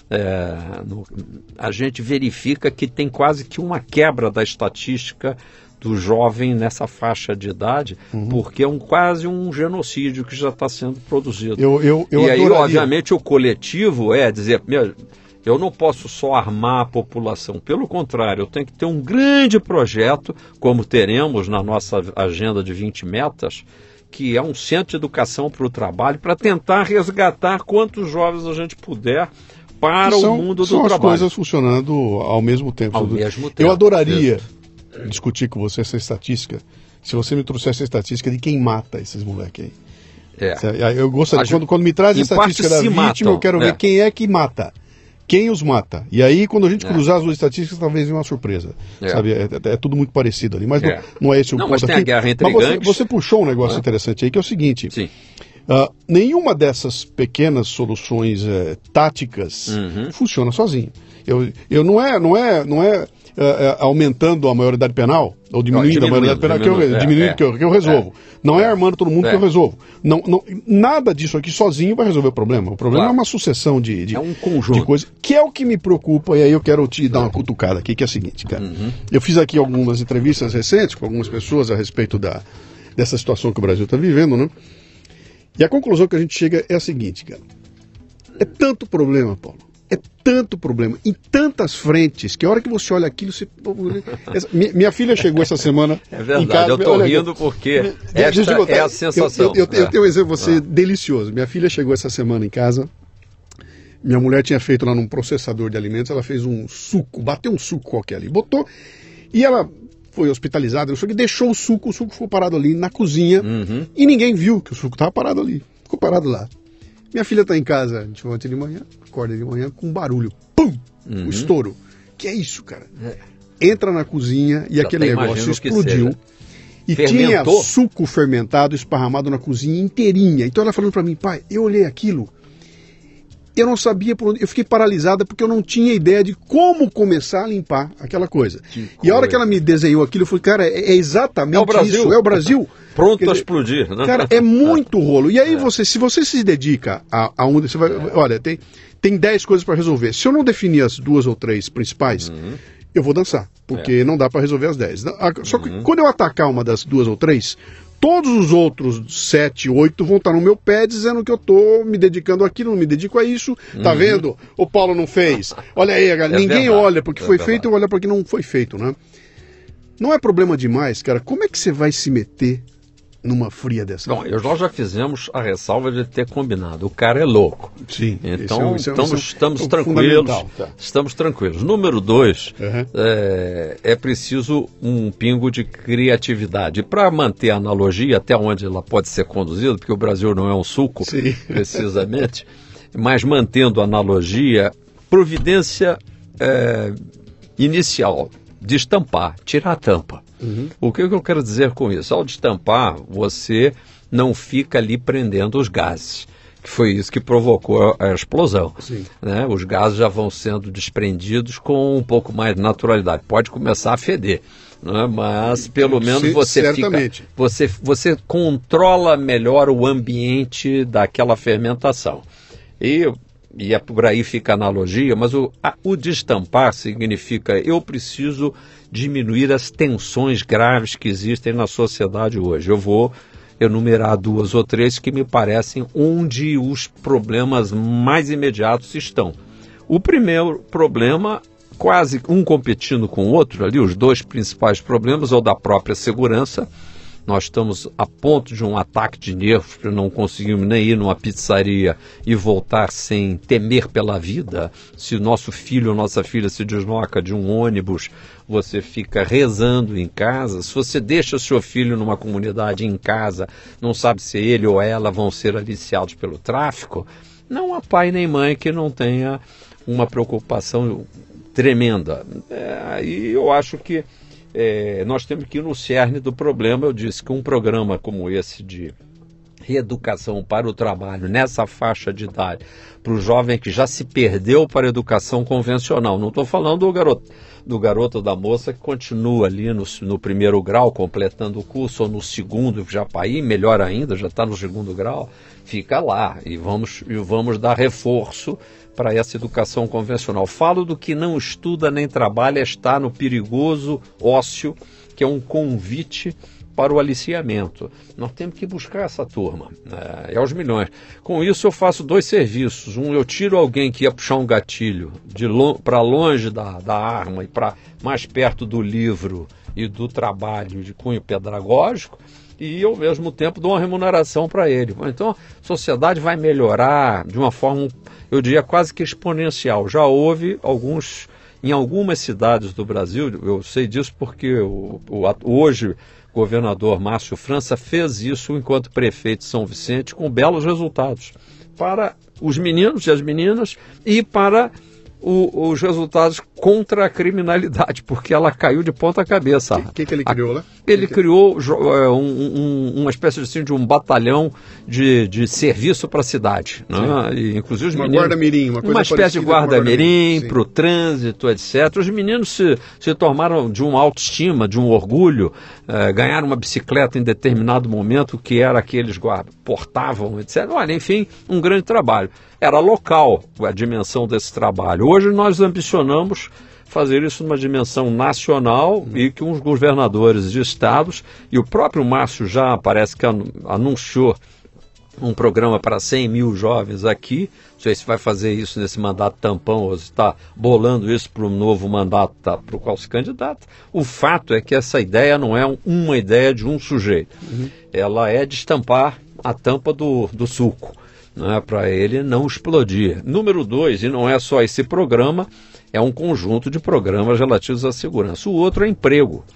a gente verifica que tem quase que uma quebra da estatística do jovem nessa faixa de idade, porque é quase um genocídio que já está sendo produzido. E aí, obviamente, o coletivo dizer, eu não posso só armar a população, pelo contrário, eu tenho que ter um grande projeto, como teremos na nossa agenda de 20 metas, que é um centro de educação para o trabalho, para tentar resgatar quantos jovens a gente puder para o mundo do trabalho. São as coisas funcionando ao mesmo tempo. Eu adoraria discutir com você essa estatística, se você me trouxesse a estatística de quem mata esses moleques aí. Eu gostaria, quando me traz a estatística da vítima, eu quero ver quem é que mata. Quem os mata? E aí, quando a gente cruzar as duas estatísticas, talvez venha uma surpresa. Sabe? É tudo muito parecido ali. Mas não é esse o ponto mas tem aqui. A guerra entre gangues. Você puxou um negócio interessante aí, que é o seguinte. Sim. Nenhuma dessas pequenas soluções táticas funciona sozinho. Eu não é aumentando a maioridade penal ou diminuindo a maioridade penal que eu resolvo. Não é armando todo mundo que eu resolvo. Nada disso aqui sozinho vai resolver o problema. O problema é uma sucessão de um conjunto de coisas, que é o que me preocupa, e aí eu quero te dar uma cutucada aqui, que é a seguinte, cara. Eu fiz aqui algumas entrevistas recentes com algumas pessoas a respeito dessa situação que o Brasil está vivendo, né? E a conclusão que a gente chega é a seguinte, cara. É tanto problema, Paulo. É tanto problema, em tantas frentes, que a hora que você olha aquilo, você... Minha filha chegou essa semana... É verdade, em casa, eu estou rindo porque esta é a sensação. Eu tenho um exemplo, delicioso. Minha filha chegou essa semana em casa, minha mulher tinha feito lá num processador de alimentos, ela fez um suco, bateu um suco qualquer ali, botou, e ela... foi hospitalizada, não sei o que, deixou o suco ficou parado ali na cozinha, e ninguém viu que o suco estava parado ali, ficou parado lá. Minha filha está em casa, a gente volta de manhã, acorda de manhã com um barulho. Pum! Um estouro. Que é isso, cara? Entra na cozinha e aquele negócio explodiu. E tinha suco fermentado esparramado na cozinha inteirinha. Então ela falando para mim, pai, eu olhei aquilo, eu não sabia por onde, eu fiquei paralisada porque eu não tinha ideia de como começar a limpar aquela coisa. E a hora que ela me desenhou aquilo, eu falei, cara, é exatamente isso, é o Brasil. Pronto a explodir, né? Cara, é muito rolo. E aí se você se dedica a um, você vai, olha, tem 10 coisas para resolver. Se eu não definir as 2 ou 3 principais, eu vou dançar, porque não dá para resolver as 10. Só que quando eu atacar uma das 2 ou 3, todos os outros 7, 8 vão estar no meu pé dizendo que eu estou me dedicando àquilo, não me dedico a isso. Tá vendo? O Paulo não fez. Olha aí, ninguém olha porque foi feito, olha porque não foi feito, né? Não é problema demais, cara. Como é que você vai se meter numa fria dessa? Bom, nós já fizemos a ressalva de ter combinado. O cara é louco. Sim. Então estamos tranquilos. Tá. Estamos tranquilos. Número 2, é preciso um pingo de criatividade. Para manter a analogia, até onde ela pode ser conduzida, porque o Brasil não é um suco, precisamente, mas mantendo a analogia, providência inicial, destampar, tirar a tampa. O que eu quero dizer com isso? Ao destampar, você não fica ali prendendo os gases, que foi isso que provocou a explosão. Né? Os gases já vão sendo desprendidos com um pouco mais de naturalidade. Pode começar a feder, né? Mas pelo menos você controla melhor o ambiente daquela fermentação. E é por aí fica a analogia, mas o destampar significa eu preciso diminuir as tensões graves que existem na sociedade hoje. Eu vou enumerar 2 ou 3 que me parecem onde os problemas mais imediatos estão. O primeiro problema, quase um competindo com o outro, ali os 2 principais problemas, é o da própria segurança. Nós estamos a ponto de um ataque de nervos, não conseguimos nem ir numa pizzaria e voltar sem temer pela vida. Se o nosso filho ou nossa filha se desloca de um ônibus, você fica rezando em casa. Se você deixa o seu filho numa comunidade em casa, não sabe se ele ou ela vão ser aliciados pelo tráfico. Não há pai nem mãe que não tenha uma preocupação tremenda. E eu acho que nós temos que ir no cerne do problema. Eu disse que um programa como esse de reeducação para o trabalho nessa faixa de idade, para o jovem que já se perdeu para a educação convencional, não estou falando do garoto ou da moça que continua ali no primeiro grau, completando o curso, ou no segundo, já para ir, melhor ainda, já está no segundo grau, fica lá e vamos dar reforço para essa educação convencional. Falo do que não estuda nem trabalha, está no perigoso ócio, que é um convite para o aliciamento. Nós temos que buscar essa turma, aos milhões. Com isso eu faço 2 serviços. Um, eu tiro alguém que ia puxar um gatilho para longe da arma e para mais perto do livro e do trabalho de cunho pedagógico, e ao mesmo tempo dou uma remuneração para ele. Então a sociedade vai melhorar de uma forma, eu diria, quase que exponencial. Já houve em algumas cidades do Brasil, eu sei disso porque hoje o governador Márcio França fez isso enquanto prefeito de São Vicente, com belos resultados para os meninos e as meninas e para os resultados contra a criminalidade, porque ela caiu de ponta cabeça. O que ele criou lá? Ele criou uma espécie de um batalhão de serviço para a cidade. Né? E, inclusive, os meninos, guarda-mirim, uma espécie de guarda-mirim para o trânsito, etc. Os meninos se tomaram de uma autoestima, de um orgulho, ganharam uma bicicleta em determinado momento, que era que eles portavam, etc. Olha, enfim, um grande trabalho. Era local a dimensão desse trabalho. Hoje nós ambicionamos fazer isso numa dimensão nacional e que uns governadores de estados, e o próprio Márcio já parece que anunciou um programa para 100 mil jovens aqui. Não sei se vai fazer isso nesse mandato tampão ou se está bolando isso para um novo mandato para o qual se candidata. O fato é que essa ideia não é uma ideia de um sujeito. Ela é de estampar a tampa do suco, né, para ele não explodir. Número 2, e não é só esse programa, é um conjunto de programas relativos à segurança. O outro é emprego.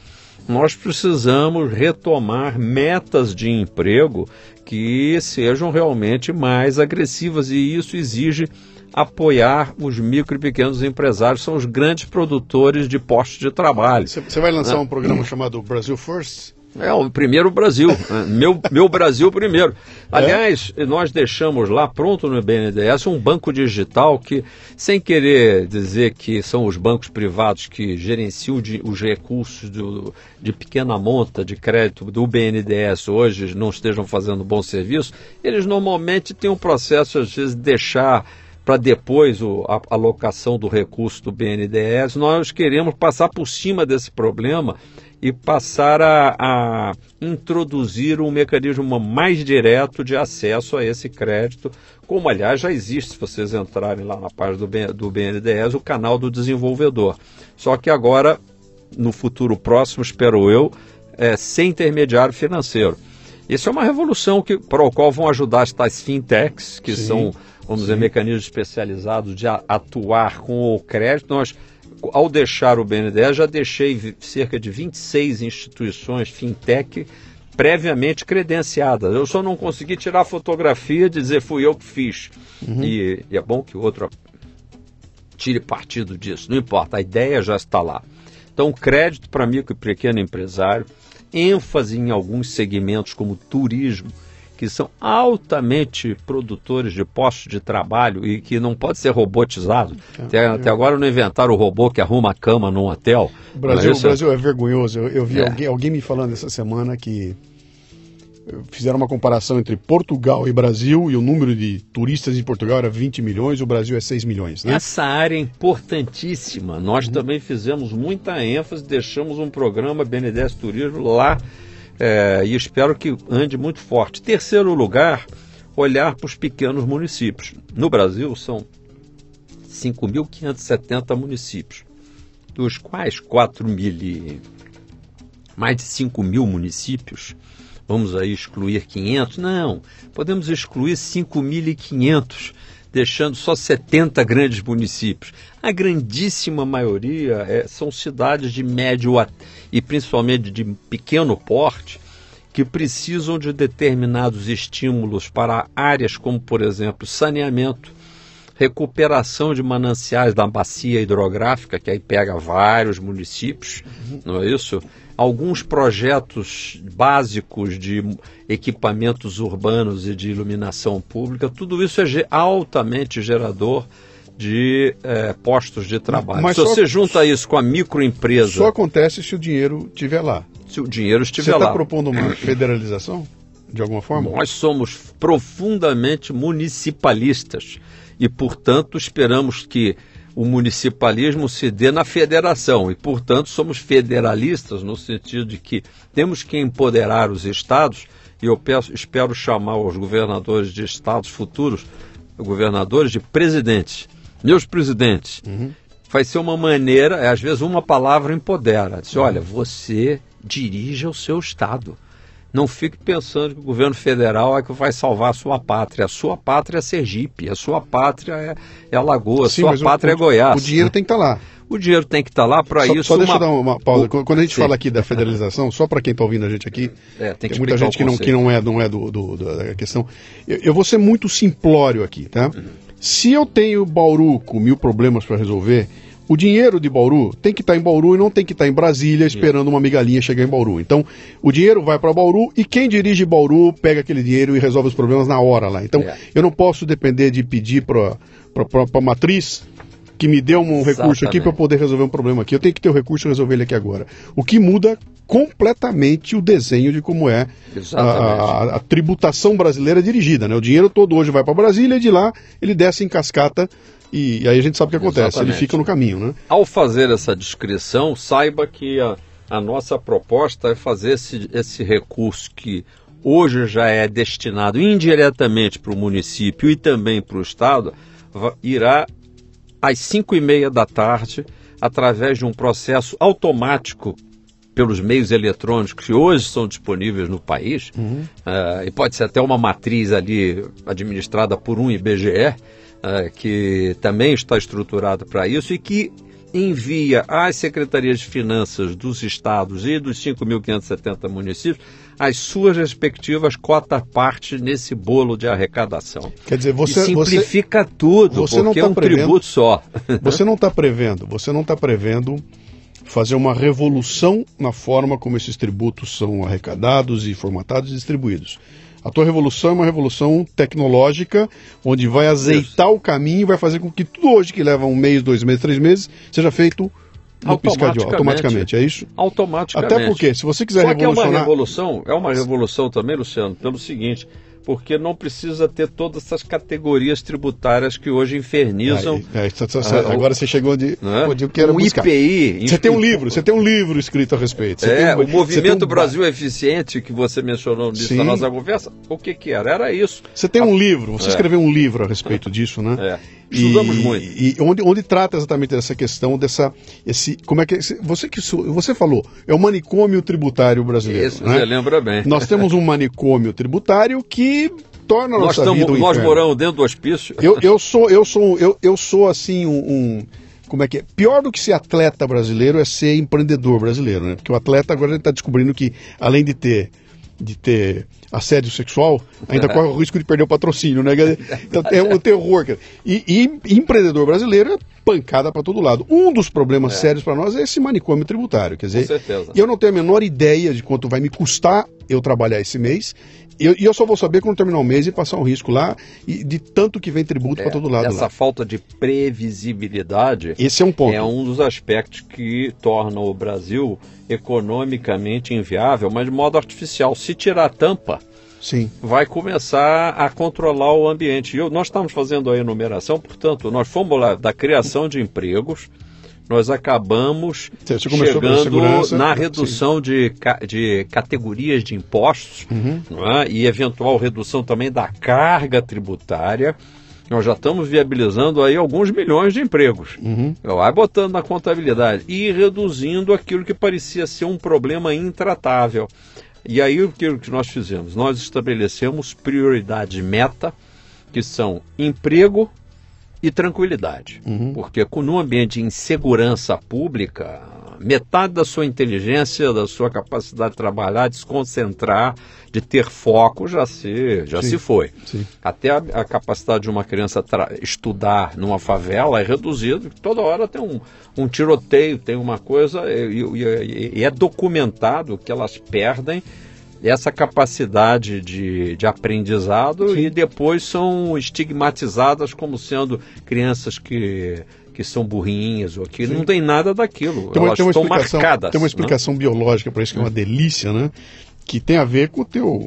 nós precisamos retomar metas de emprego que sejam realmente mais agressivas, e isso exige apoiar os micro e pequenos empresários, são os grandes produtores de postos de trabalho. Você vai lançar um programa chamado Brasil First? É, o primeiro Brasil, meu Brasil primeiro. Aliás, nós deixamos lá pronto no BNDES um banco digital que, sem querer dizer que são os bancos privados que gerenciam os recursos de pequena monta de crédito do BNDES hoje não estejam fazendo bom serviço, eles normalmente têm um processo, às vezes, de deixar para depois a alocação do recurso do BNDES. Nós queremos passar por cima desse problema e passar a introduzir um mecanismo mais direto de acesso a esse crédito, como, aliás, já existe, se vocês entrarem lá na página do BNDES, o canal do desenvolvedor. Só que agora, no futuro próximo, espero eu, sem intermediário financeiro. Isso é uma revolução para o qual vão ajudar as tais fintechs, que são, vamos dizer, mecanismos especializados de atuar com o crédito. Nós, ao deixar o BNDES, já deixei cerca de 26 instituições fintech previamente credenciadas. Eu só não consegui tirar a fotografia e dizer fui eu que fiz. E é bom que o outro tire partido disso. Não importa, a ideia já está lá. Então, crédito para micro e pequeno empresário, ênfase em alguns segmentos como turismo, que são altamente produtores de postos de trabalho e que não pode ser robotizado. Até agora não inventaram o robô que arruma a cama num hotel. O Brasil é vergonhoso. Eu vi alguém me falando essa semana que fizeram uma comparação entre Portugal e Brasil, e o número de turistas em Portugal era 20 milhões, o Brasil é 6 milhões. Né? Essa área é importantíssima. Nós também fizemos muita ênfase, deixamos um programa BNDES Turismo lá, e espero que ande muito forte. Terceiro lugar, olhar para os pequenos municípios. No Brasil são 5.570 municípios, dos quais mais de 5 mil municípios. Vamos aí excluir 500? Não, podemos excluir 5.500, deixando só 70 grandes municípios. A grandíssima maioria são cidades de médio e principalmente de pequeno porte, que precisam de determinados estímulos para áreas como, por exemplo, saneamento, recuperação de mananciais da bacia hidrográfica, que aí pega vários municípios, não é isso? Alguns projetos básicos de equipamentos urbanos e de iluminação pública, tudo isso é altamente gerador de postos de trabalho. Mas se você junta isso com a microempresa... Só acontece se o dinheiro estiver lá. Se o dinheiro estiver lá. Você está propondo uma federalização, de alguma forma? Nós somos profundamente municipalistas e, portanto, esperamos que o municipalismo se dê na federação e, portanto, somos federalistas no sentido de que temos que empoderar os estados, e eu espero chamar os governadores de estados futuros, governadores de presidentes, meus presidentes. Vai ser uma maneira, às vezes uma palavra empodera, diz, olha, você dirija o seu estado. Não fique pensando que o governo federal é que vai salvar a sua pátria. A sua pátria é Sergipe, a sua pátria é Alagoas, a sua pátria é Goiás. O dinheiro tem que estar lá. O dinheiro tem que estar lá para isso. Só deixa eu dar uma pausa. Quando a gente fala aqui da federalização, só para quem está ouvindo a gente aqui, tem muita gente que não é da questão. Eu vou ser muito simplório aqui, tá? Se eu tenho Bauru com 1000 problemas para resolver, o dinheiro de Bauru tem que estar em Bauru e não tem que estar em Brasília esperando uma migalhinha chegar em Bauru. Então, o dinheiro vai para Bauru e quem dirige Bauru pega aquele dinheiro e resolve os problemas na hora lá. Então, eu não posso depender de pedir para a matriz que me dê um recurso aqui para eu poder resolver um problema aqui. Eu tenho que ter o recurso e resolver ele aqui agora. O que muda completamente o desenho de como é a tributação brasileira dirigida, né? O dinheiro todo hoje vai para Brasília e de lá ele desce em cascata. E aí a gente sabe o que acontece, ele fica no caminho, né? Ao fazer essa descrição, saiba que a nossa proposta é fazer esse recurso que hoje já é destinado indiretamente para o município e também para o estado, irá às 5h30 da tarde, através de um processo automático pelos meios eletrônicos que hoje são disponíveis no país, e pode ser até uma matriz ali administrada por um IBGE, que também está estruturado para isso e que envia às secretarias de finanças dos estados e dos 5.570 municípios as suas respectivas cota-parte nesse bolo de arrecadação. Quer dizer, e simplifica tudo, porque é um tributo só. Você não está prevendo fazer uma revolução na forma como esses tributos são arrecadados e formatados e distribuídos. A tua revolução é uma revolução tecnológica, onde vai azeitar o caminho e vai fazer com que tudo hoje que leva 1 mês, 2 meses, 3 meses, seja feito no piscar de olhos, automaticamente, é isso? Automaticamente. Até porque, se você quiser revolucionar... É uma revolução também, Luciano, pelo seguinte... porque não precisa ter todas essas categorias tributárias que hoje infernizam. Agora você chegou onde eu quero buscar. IPI. Você tem um livro escrito a respeito. O Movimento Brasil Eficiente, que você mencionou nisso na nossa conversa, o que era? Era isso. Você tem um livro, você escreveu um livro a respeito disso, né? Estudamos muito. E onde trata exatamente dessa questão, como é que você falou, é o manicômio tributário brasileiro. Isso, né? Você lembra bem. Nós temos um manicômio tributário que torna a nossa vida um Nós inferno. moramos dentro do hospício. Eu sou assim como é que é? Pior do que ser atleta brasileiro é ser empreendedor brasileiro, né? Porque o atleta agora está descobrindo que, além de ter assédio sexual, ainda corre o risco de perder o patrocínio, né? Então é um terror, cara. E empreendedor brasileiro é pancada para todo lado. Um dos problemas sérios para nós é esse manicômio tributário, quer dizer, com certeza. Eu não tenho a menor ideia de quanto vai me custar eu trabalhar esse mês, e eu só vou saber quando terminar o mês e passar um risco lá, e de tanto que vem tributo para todo lado. Essa falta de previsibilidade, esse é um ponto. É um dos aspectos que torna o Brasil economicamente inviável, mas de modo artificial. Se tirar a tampa, vai começar a controlar o ambiente. Nós estamos fazendo a enumeração, portanto, nós fomos lá da criação de empregos, nós acabamos chegando na redução de categorias de impostos, não é? E eventual redução também da carga tributária. Nós já estamos viabilizando aí alguns milhões de empregos. Vai botando na contabilidade e reduzindo aquilo que parecia ser um problema intratável. E aí o que nós fizemos? Nós estabelecemos prioridades meta, que são emprego e tranquilidade. Porque num ambiente de insegurança pública, metade da sua inteligência, da sua capacidade de trabalhar, de se concentrar, de ter foco, já se foi. Até a capacidade de uma criança estudar numa favela é reduzida, toda hora tem um tiroteio, tem uma coisa, e é documentado que elas perdem essa capacidade de aprendizado e depois são estigmatizadas como sendo crianças que são burrinhas ou que não tem nada daquilo. Elas estão marcadas. Tem uma explicação biológica para isso que é uma delícia, né? Que tem a ver com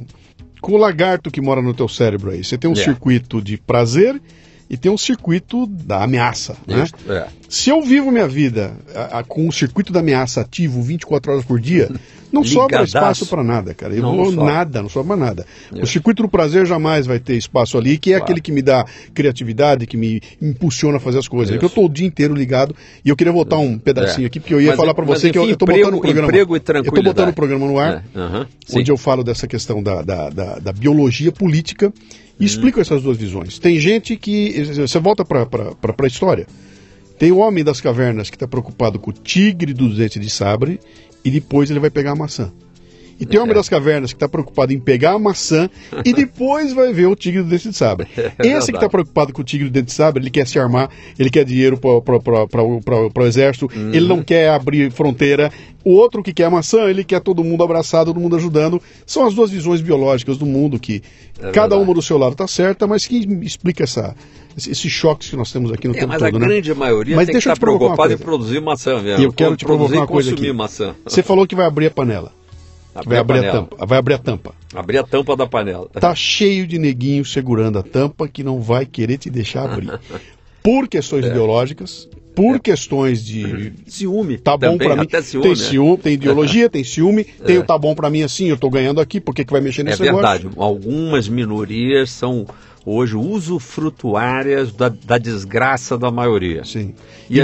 o lagarto que mora no teu cérebro aí. Você tem um circuito de prazer e tem um circuito da ameaça, né? Se eu vivo minha vida com o circuito da ameaça ativo 24 horas por dia, não sobra espaço para nada, cara. Não sobra nada. O circuito do prazer jamais vai ter espaço ali, que é aquele que me dá criatividade, que me impulsiona a fazer as coisas. Que eu estou o dia inteiro ligado e eu queria botar um pedacinho aqui, porque eu ia falar para você que eu estou botando o programa. Eu estou botando o programa no ar, onde eu falo dessa questão da biologia política e explico essas duas visões. Tem gente que... Você volta para a história. Tem o homem das cavernas que está preocupado com o tigre dos dentes de sabre e depois ele vai pegar a maçã. E tem o homem das cavernas que está preocupado em pegar a maçã e depois vai ver o tigre do dente de sabre. Esse que está preocupado com o tigre do dente de sabre, ele quer se armar, ele quer dinheiro para o exército, ele não quer abrir fronteira. O outro que quer a maçã, ele quer todo mundo abraçado, todo mundo ajudando. São as duas visões biológicas do mundo que cada uma do seu lado está certa, mas que explica esses choques que nós temos aqui no tempo todo. Mas a grande maioria tem que estar preocupada em produzir maçã mesmo. E eu quero te provocar uma coisa aqui. Maçã. Você falou que vai abrir a panela. Vai abrir a tampa. Abrir a tampa da panela. Tá cheio de neguinho segurando a tampa que não vai querer te deixar abrir. Por questões biológicas, por questões de... Ciúme. Tá bom para mim. Ciúme, tem ciúme, tem ideologia, tem ciúme, tem o tá bom para mim assim, eu tô ganhando aqui, por que vai mexer nesse negócio? É verdade. Algumas minorias são hoje usufrutuárias da desgraça da maioria. Sim.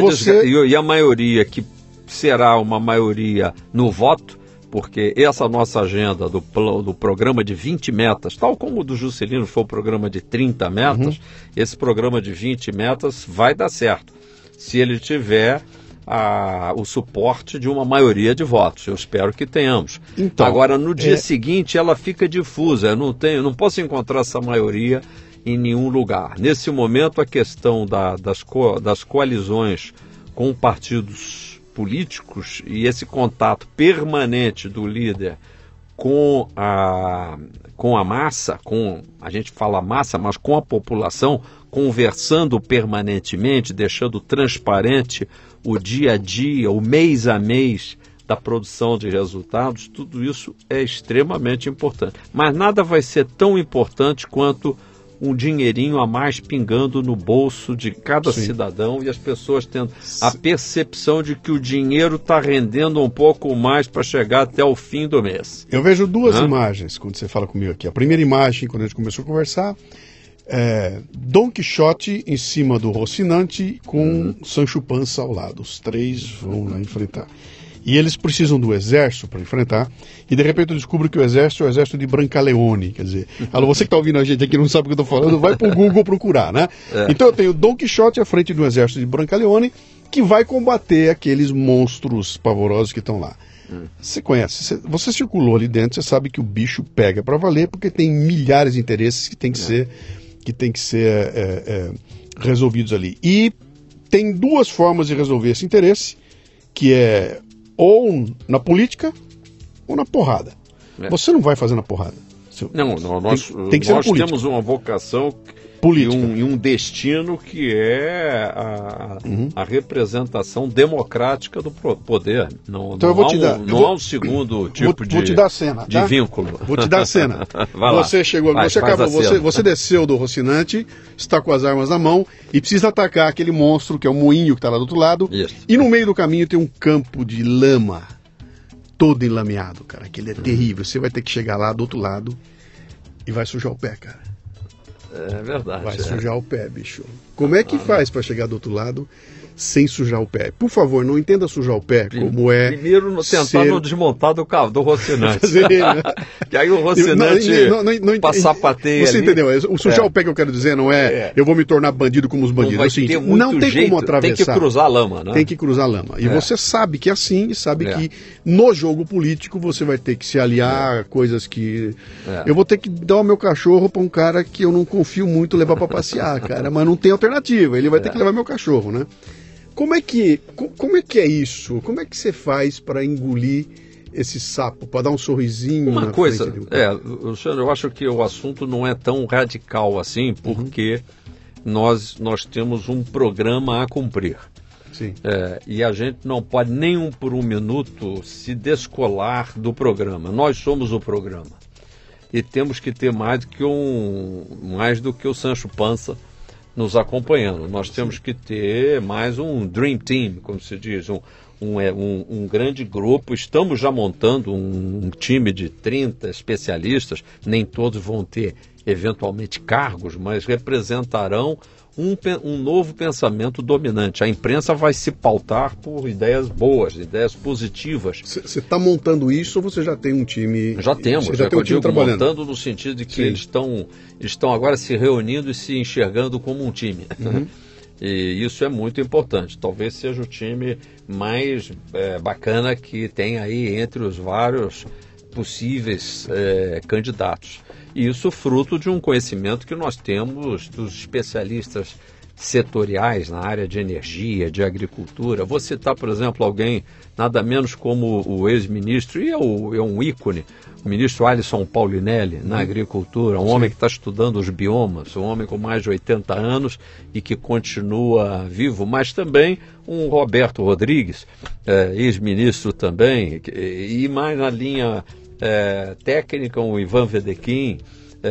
E a maioria que será uma maioria no voto, porque essa nossa agenda do programa de 20 metas, tal como o do Juscelino foi o programa de 30 metas, esse programa de 20 metas vai dar certo, se ele tiver o suporte de uma maioria de votos. Eu espero que tenhamos. Então, agora, no dia seguinte, ela fica difusa. Eu não posso encontrar essa maioria em nenhum lugar. Nesse momento, a questão das coalizões com partidos políticos e esse contato permanente do líder com a massa, a gente fala massa, mas com a população, conversando permanentemente, deixando transparente o dia a dia, o mês a mês da produção de resultados, tudo isso é extremamente importante. Mas nada vai ser tão importante quanto um dinheirinho a mais pingando no bolso de cada cidadão e as pessoas tendo a percepção de que o dinheiro está rendendo um pouco mais para chegar até o fim do mês. Eu vejo duas imagens quando você fala comigo aqui. A primeira imagem, quando a gente começou a conversar, é Dom Quixote em cima do Rocinante com Sancho Panza ao lado. Os três vão lá enfrentar. E eles precisam do exército para enfrentar, e de repente eu descubro que o exército é o exército de Brancaleone, quer dizer, alô, você que está ouvindo a gente aqui não sabe o que eu estou falando, vai para o Google procurar, né? Então eu tenho Dom Quixote à frente do exército de Brancaleone, que vai combater aqueles monstros pavorosos que estão lá. Você conhece, você circulou ali dentro, você sabe que o bicho pega para valer, porque tem milhares de interesses que tem que ser resolvidos ali. E tem duas formas de resolver esse interesse, que é ou na política ou na porrada. Você não vai fazer na porrada. Nós temos uma vocação política e um destino que é a representação democrática do poder. Não há um segundo tipo te dar a cena, de vínculo. Vou te dar a cena. Você chegou, você desceu do Rocinante, está com as armas na mão e precisa atacar aquele monstro que é o moinho que está lá do outro lado. Isso. E no meio do caminho tem um campo de lama todo enlameado, cara. Aquele é terrível. Você vai ter que chegar lá do outro lado e vai sujar o pé, cara. É verdade. Vai sujar o pé, bicho. Como é que faz para chegar do outro lado sem sujar o pé? Por favor, não entenda sujar o pé como é... Primeiro, tentar não desmontar do Rocinante. Que aí o Rocinante passapateia Você ali. entendeu? O sujar o pé que eu quero dizer não é eu vou me tornar bandido como os bandidos. É o seguinte, não tem como atravessar. Tem que cruzar a lama, né? Tem que cruzar a lama. E você sabe que é assim, e sabe que no jogo político você vai ter que se aliar a coisas que... Eu vou ter que dar o meu cachorro para um cara que eu não confio muito levar para passear, cara. Mas não tem alternativa. Ele vai ter que levar meu cachorro, né? Como é que é isso? Como é que você faz para engolir esse sapo, para dar um sorrisinho na frente Luciano, eu acho que o assunto não é tão radical assim, porque nós temos um programa a cumprir. Sim. E a gente não pode nem por um minuto se descolar do programa. Nós somos o programa. E temos que ter mais do que o Sancho Panza nos acompanhando. Nós temos que ter mais um Dream Team, como se diz, um grande grupo. Estamos já montando um time de 30 especialistas, nem todos vão ter eventualmente cargos, mas representarão um novo pensamento dominante. A imprensa vai se pautar por ideias boas, ideias positivas. Você está montando isso ou você já tem um time? Já temos, já tem um time trabalhando. Montando no sentido de que eles estão agora se reunindo e se enxergando como um time. E isso é muito importante. Talvez seja o time mais bacana que tem aí entre os vários possíveis candidatos. E isso fruto de um conhecimento que nós temos dos especialistas setoriais na área de energia, de agricultura. Vou citar, por exemplo, alguém nada menos como o ex-ministro, e é um ícone, o ministro Alisson Paulinelli, na agricultura, um homem que está estudando os biomas, um homem com mais de 80 anos e que continua vivo, mas também um Roberto Rodrigues, ex-ministro também, e mais na linha técnica, um Ivan Vedequim,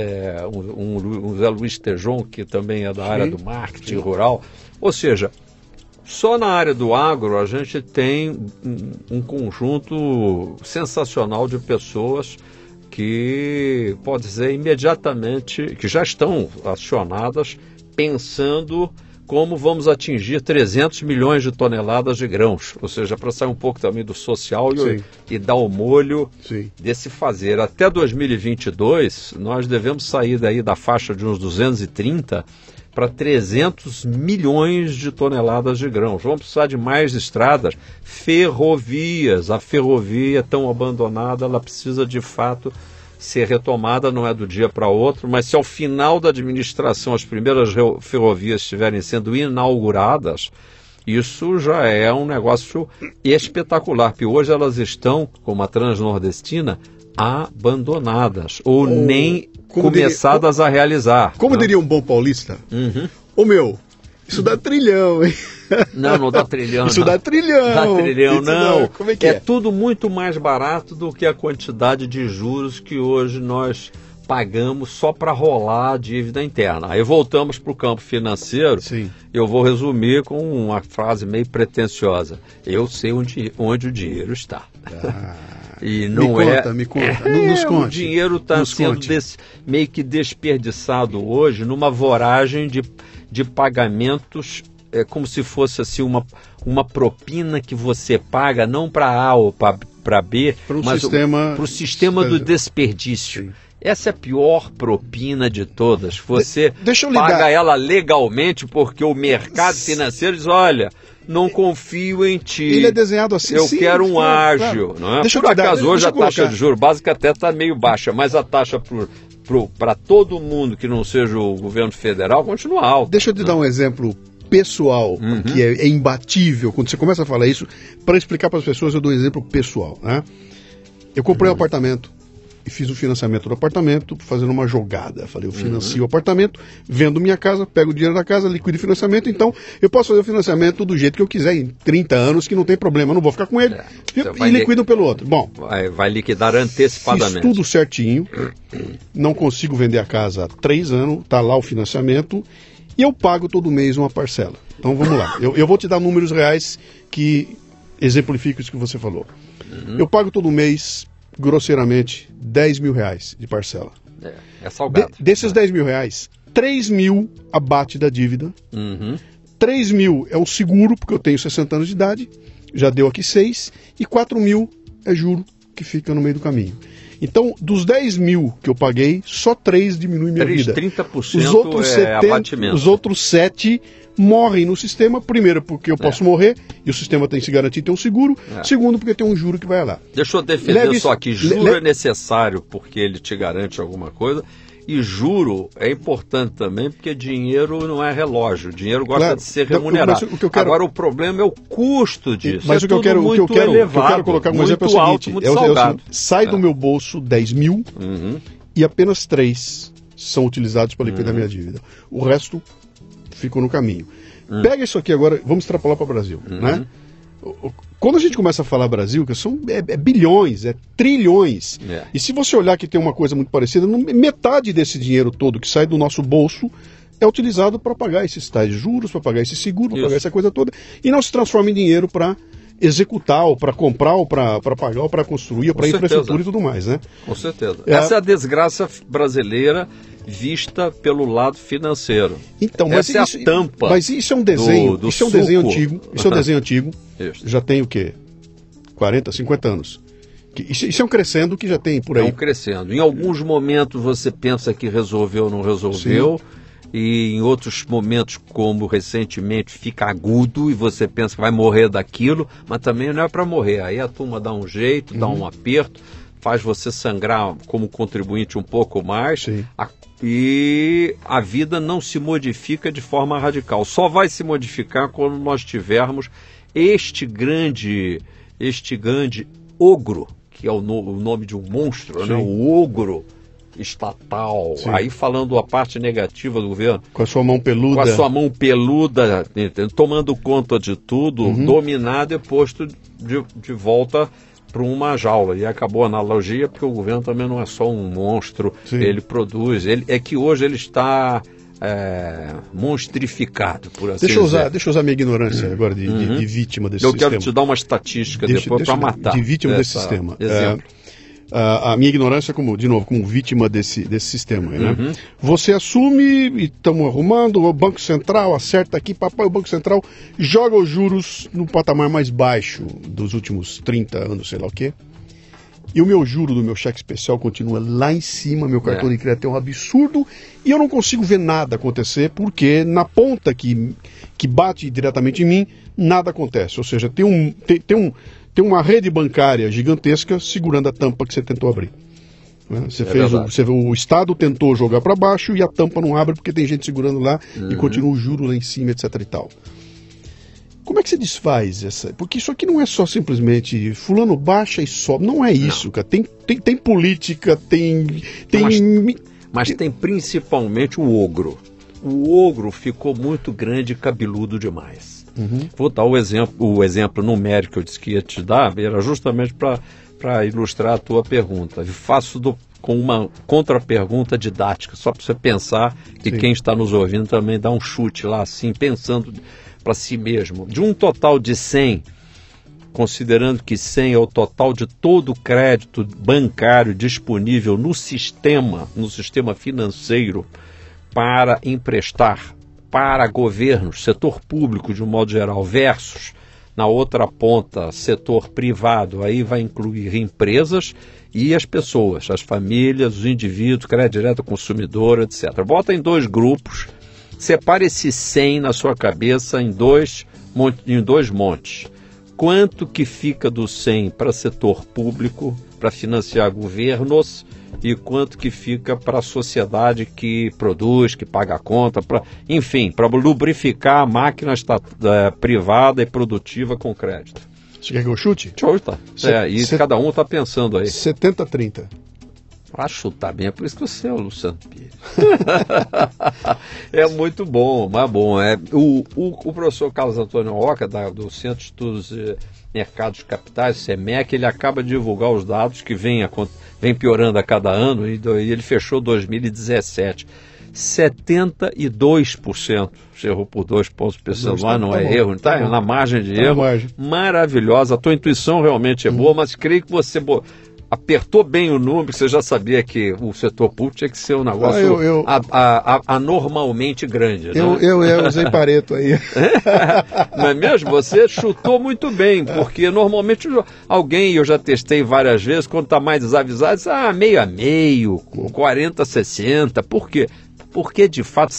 um Zé Luiz Tejon, que também é da área do marketing rural. Ou seja, só na área do agro a gente tem um conjunto sensacional de pessoas que, pode dizer, imediatamente, que já estão acionadas pensando como vamos atingir 300 milhões de toneladas de grãos, ou seja, para sair um pouco também do social e dar o molho desse fazer. Até 2022, nós devemos sair daí da faixa de uns 230 para 300 milhões de toneladas de grãos. Vamos precisar de mais estradas, ferrovias. A ferrovia tão abandonada, ela precisa de fato ser retomada, não é do dia para outro, mas se ao final da administração as primeiras ferrovias estiverem sendo inauguradas, isso já é um negócio espetacular, porque hoje elas estão, como a Transnordestina, abandonadas, ou nem começadas a realizar. Como diria um bom paulista? Ô meu, isso dá trilhão, hein? Não dá trilhão. Isso dá trilhão. Dá trilhão, não. Como é que é? Tudo muito mais barato do que a quantidade de juros que hoje nós pagamos só para rolar a dívida interna. Aí voltamos para o campo financeiro. Sim. Eu vou resumir com uma frase meio pretensiosa. Eu sei onde o dinheiro está. E não me conta. Nos conte. O dinheiro está sendo meio que desperdiçado hoje numa voragem de pagamentos, como se fosse assim uma propina que você paga não para A ou para B, mas para o sistema do desperdício. Sim. Essa é a pior propina de todas. Você paga ela legalmente porque o mercado financeiro diz, olha, não confio em ti. Ele é desenhado assim. Eu quero um ágio. Claro. Não é? Por acaso, hoje a taxa de juros básica até está meio baixa, mas a taxa para todo mundo que não seja o governo federal continua alta. Deixa eu te dar um exemplo pessoal, que é imbatível. Quando você começa a falar isso, para explicar para as pessoas, eu dou um exemplo pessoal. Né? Eu comprei um apartamento e fiz o financiamento do apartamento fazendo uma jogada. Falei, eu financio o apartamento, vendo minha casa, pego o dinheiro da casa, liquido o financiamento, então eu posso fazer o financiamento do jeito que eu quiser, em 30 anos, que não tem problema, eu não vou ficar com ele, e liquido pelo outro. Bom, vai liquidar antecipadamente. Fiz tudo certinho, não consigo vender a casa há 3 anos, está lá o financiamento, e eu pago todo mês uma parcela. Então vamos lá, eu vou te dar números reais que exemplificam isso que você falou. Eu pago todo mês, grosseiramente, 10 mil reais de parcela. É salgado. Desses 10 mil reais, 3 mil abate da dívida, 3 mil é o seguro, porque eu tenho 60 anos de idade, já deu aqui 6, e 4 mil é juro que fica no meio do caminho. Então, dos 10 mil que eu paguei, só 3 diminui minha vida. 30% os outros abatimento. Os outros 7 morrem no sistema, primeiro porque eu posso morrer, e o sistema tem que se garantir ter um seguro, segundo porque tem um juro que vai lá. Deixa eu defender só que juro é necessário porque ele te garante alguma coisa, e juro é importante também porque dinheiro não é relógio, dinheiro gosta de ser remunerado. Agora o problema é o custo disso. Mas o que eu quero colocar como exemplo é o seguinte, salgado. Sai do meu bolso 10 mil e apenas 3 são utilizados para liquidar minha dívida. O resto ficou no caminho. Pega isso aqui agora, vamos extrapolar para o Brasil, né? Quando a gente começa a falar Brasil, que são bilhões, trilhões. E se você olhar que tem uma coisa muito parecida, metade desse dinheiro todo que sai do nosso bolso é utilizado para pagar esses tais juros, para pagar esse seguro, para pagar essa coisa toda, e não se transforma em dinheiro para executar, ou para comprar, ou para pagar, ou para construir, ou para infraestrutura e tudo mais, né? Com certeza. Essa é a desgraça brasileira vista pelo lado financeiro. Então, mas essa é a tampa. Mas isso é um desenho, isso é um desenho antigo. Isso é um desenho antigo. Já tem o quê? 40, 50 anos. Isso é um crescendo que já tem por aí. É um crescendo. Em alguns momentos você pensa que resolveu ou não resolveu. Sim. E em outros momentos, como recentemente, fica agudo e você pensa que vai morrer daquilo, mas também não é para morrer. Aí a turma dá um jeito, dá um aperto, faz você sangrar como contribuinte um pouco mais. E a vida não se modifica de forma radical. Só vai se modificar quando nós tivermos este grande ogro, que é o nome de um monstro, né? O ogro estatal. Aí falando a parte negativa do governo. Com a sua mão peluda. Com a sua mão peluda, tomando conta de tudo, dominado e posto de volta para uma jaula. E acabou a analogia, porque o governo também não é só um monstro, ele produz. É que hoje ele está monstrificado, por assim dizer. Deixa eu usar minha ignorância agora de vítima desse sistema. Eu quero te dar uma estatística depois para matar. De vítima desse sistema. A minha ignorância como vítima desse sistema. Né? Você assume e estamos arrumando, o Banco Central acerta aqui, o Banco Central joga os juros no patamar mais baixo dos últimos 30 anos, sei lá o quê. E o meu juro do meu cheque especial continua lá em cima, meu cartão de crédito é um absurdo, e eu não consigo ver nada acontecer, porque na ponta que bate diretamente em mim, nada acontece. Ou seja, tem uma rede bancária gigantesca segurando a tampa que você tentou abrir. O Estado tentou jogar para baixo e a tampa não abre porque tem gente segurando lá e continua o juro lá em cima, etc e tal. Como é que você desfaz essa? Porque isso aqui não é só simplesmente fulano baixa e sobe. Não é isso, cara. Tem política, tem... Mas tem principalmente o ogro. O ogro ficou muito grande e cabeludo demais. Vou dar o exemplo numérico que eu disse que ia te dar, era justamente para ilustrar a tua pergunta. Eu faço com uma contra-pergunta didática, só para você pensar que quem está nos ouvindo também dá um chute lá, assim, pensando para si mesmo. De um total de 100, considerando que 100 é o total de todo o crédito bancário disponível no sistema financeiro para emprestar para governos, setor público de um modo geral, versus, na outra ponta, setor privado, aí vai incluir empresas e as pessoas, as famílias, os indivíduos, crédito direto ao consumidor, etc. Bota em 2 grupos, separe esse 100 na sua cabeça em dois montes. Quanto que fica do 100 para setor público, para financiar governos, e quanto que fica para a sociedade que produz, que paga a conta, para lubrificar a máquina privada e produtiva com crédito. Você quer que eu chute? Chuta. Cada um está pensando aí. 70-30. Para chutar bem, é por isso que você é o Luciano Pires. É muito bom, mas bom. O professor Carlos Antônio Oca, do Centro de Estudos Mercados Capitais, CEMEC, ele acaba de divulgar os dados que vem piorando a cada ano, e ele fechou 2017. 72%, você errou por 2 pontos percentuais, não é erro, está na margem de erro, maravilhosa, a tua intuição realmente é boa, mas creio que você apertou bem o número, você já sabia que o setor público tinha que ser um negócio anormalmente grande. Né? Eu usei Pareto aí. Não é mesmo? Você chutou muito bem, porque normalmente alguém, eu já testei várias vezes, quando está mais desavisado, diz, meio a meio, 40-60, por quê? Porque, de fato,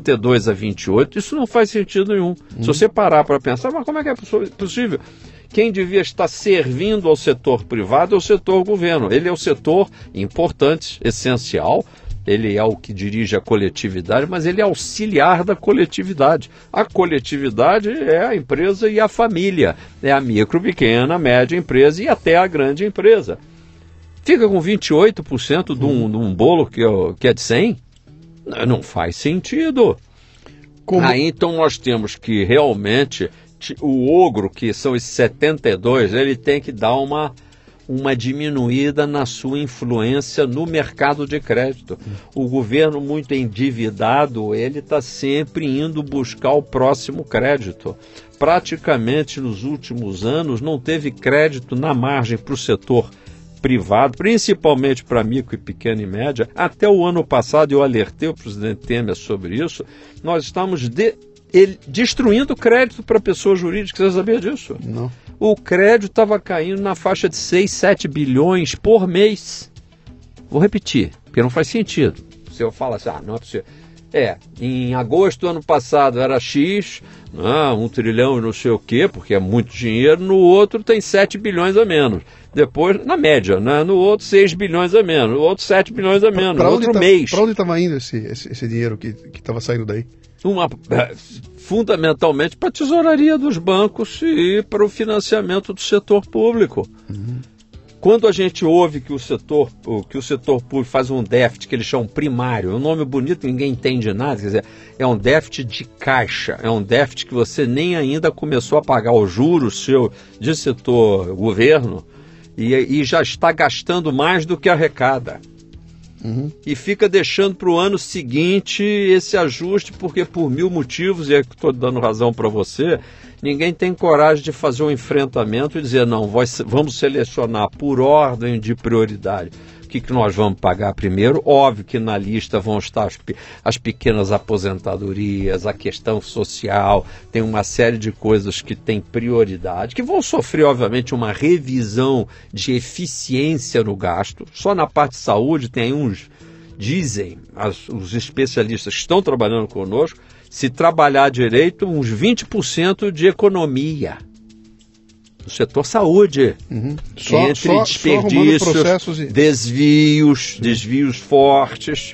72-28, isso não faz sentido nenhum. Se você parar para pensar, mas como é que é possível? Quem devia estar servindo ao setor privado é o setor governo. Ele é o setor importante, essencial, ele é o que dirige a coletividade, mas ele é auxiliar da coletividade. A coletividade é a empresa e a família, é a micro, pequena, média empresa e até a grande empresa. Fica com 28% de um bolo que é de 100? Não faz sentido. Aí então nós temos que realmente... O ogro, que são esses 72, ele tem que dar uma diminuída na sua influência no mercado de crédito. O governo muito endividado, ele está sempre indo buscar o próximo crédito. Praticamente nos últimos anos não teve crédito na margem para o setor privado, principalmente para micro e pequena e média. Até o ano passado, eu alertei o presidente Temer sobre isso, nós estamos destruindo crédito para pessoas jurídicas. Você sabia disso? Não. O crédito estava caindo na faixa de 6, 7 bilhões por mês. Vou repetir, porque não faz sentido. Se eu falo assim, não é possível. Em agosto do ano passado era X, 1 trilhão e não sei o quê, porque é muito dinheiro, no outro tem 7 bilhões a menos. Depois, na média, né? No outro 6 bilhões a menos, no outro 7 bilhões a menos, no outro mês. Para onde estava indo esse dinheiro que estava saindo daí? Fundamentalmente para a tesouraria dos bancos e para o financiamento do setor público. Quando a gente ouve que o setor público faz um déficit que eles chamam primário, é um nome bonito, ninguém entende nada, quer dizer, é um déficit de caixa, é um déficit que você nem ainda começou a pagar o juros seu de setor governo e já está gastando mais do que arrecada. E fica deixando para o ano seguinte esse ajuste, porque por 1000 motivos, e é que estou dando razão para você, ninguém tem coragem de fazer um enfrentamento e dizer, não, vamos selecionar por ordem de prioridade. O que nós vamos pagar primeiro? Óbvio que na lista vão estar as pequenas aposentadorias, a questão social, tem uma série de coisas que têm prioridade, que vão sofrer, obviamente, uma revisão de eficiência no gasto. Só na parte de saúde tem dizem os especialistas que estão trabalhando conosco, se trabalhar direito, uns 20% de economia. No setor saúde, entre desperdícios, desvios fortes,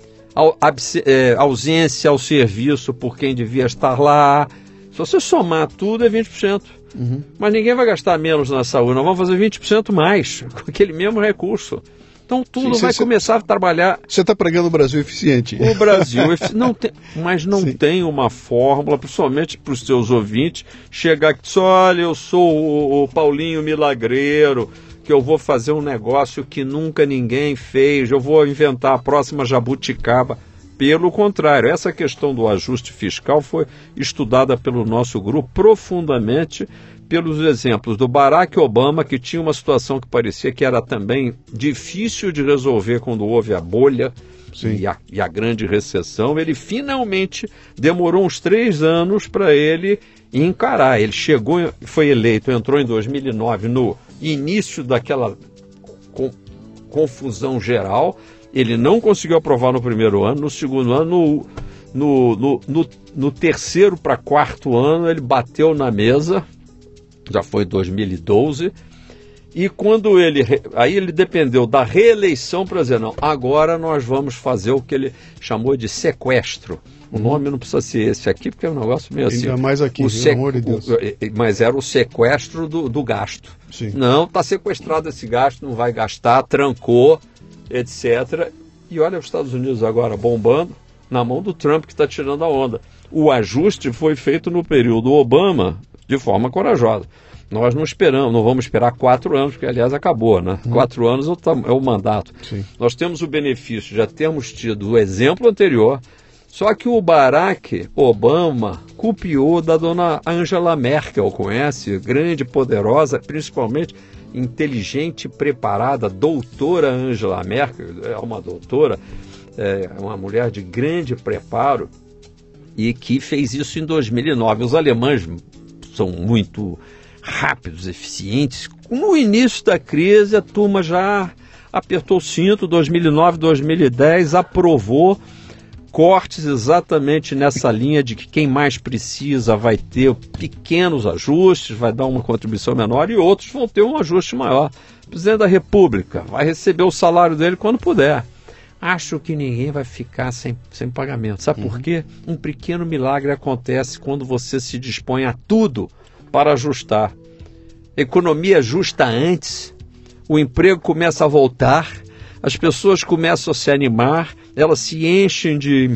ausência ao serviço por quem devia estar lá. Se você somar tudo, é 20%. Mas ninguém vai gastar menos na saúde, nós vamos fazer 20% mais, com aquele mesmo recurso. Então tudo vai começar a trabalhar. Você está pregando o Brasil eficiente. O Brasil não tem, mas não tem uma fórmula, principalmente para os seus ouvintes, chegar aqui e dizer, olha, eu sou o Paulinho Milagreiro, que eu vou fazer um negócio que nunca ninguém fez, eu vou inventar a próxima jabuticaba. Pelo contrário, essa questão do ajuste fiscal foi estudada pelo nosso grupo profundamente, pelos exemplos do Barack Obama, que tinha uma situação que parecia que era também difícil de resolver quando houve a bolha e a grande recessão. Ele finalmente demorou uns 3 anos para ele encarar. Ele chegou, foi eleito, entrou em 2009, no início daquela confusão geral. Ele não conseguiu aprovar no primeiro ano, no segundo ano, no terceiro para quarto ano, ele bateu na mesa. Já foi 2012, e quando aí ele dependeu da reeleição para dizer, não, agora nós vamos fazer o que ele chamou de sequestro. O nome não precisa ser esse aqui, porque é um negócio meio assim. Ainda mais aqui, pelo amor de Deus. Mas era o sequestro do gasto. Sim. Não, está sequestrado esse gasto, não vai gastar, trancou, etc. E olha os Estados Unidos agora bombando, na mão do Trump, que está tirando a onda. O ajuste foi feito no período Obama, de forma corajosa. Nós não esperamos, não vamos esperar 4 anos, porque aliás acabou, né? 4 anos é o mandato. Sim. Nós temos o benefício, já temos tido o exemplo anterior, só que o Barack Obama copiou da dona Angela Merkel, conhece? Grande, poderosa, principalmente inteligente, preparada, doutora Angela Merkel, é uma doutora, é uma mulher de grande preparo, e que fez isso em 2009. Os alemães são muito rápidos, eficientes. No início da crise, a turma já apertou o cinto, 2009, 2010, aprovou cortes exatamente nessa linha de que quem mais precisa vai ter pequenos ajustes, vai dar uma contribuição menor, e outros vão ter um ajuste maior. O presidente da República vai receber o salário dele quando puder. Acho que ninguém vai ficar sem pagamento. Sabe por quê? Um pequeno milagre acontece quando você se dispõe a tudo para ajustar. A economia ajusta antes, o emprego começa a voltar, as pessoas começam a se animar, elas se enchem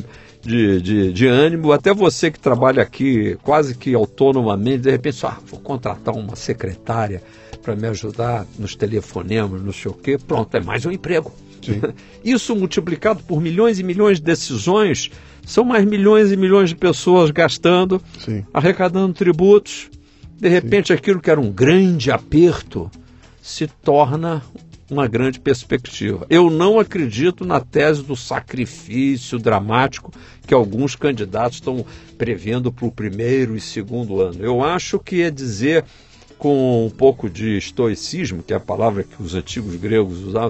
de ânimo. Até você que trabalha aqui quase que autonomamente, de repente, vou contratar uma secretária para me ajudar nos telefonemas, não sei o quê. Pronto, é mais um emprego. Sim. Isso multiplicado por milhões e milhões de decisões, são mais milhões e milhões de pessoas gastando, Sim. arrecadando tributos. De repente, aquilo que era um grande aperto se torna uma grande perspectiva. Eu não acredito na tese do sacrifício dramático que alguns candidatos estão prevendo para o primeiro e segundo ano. Eu acho que é dizer, com um pouco de estoicismo, que é a palavra que os antigos gregos usavam,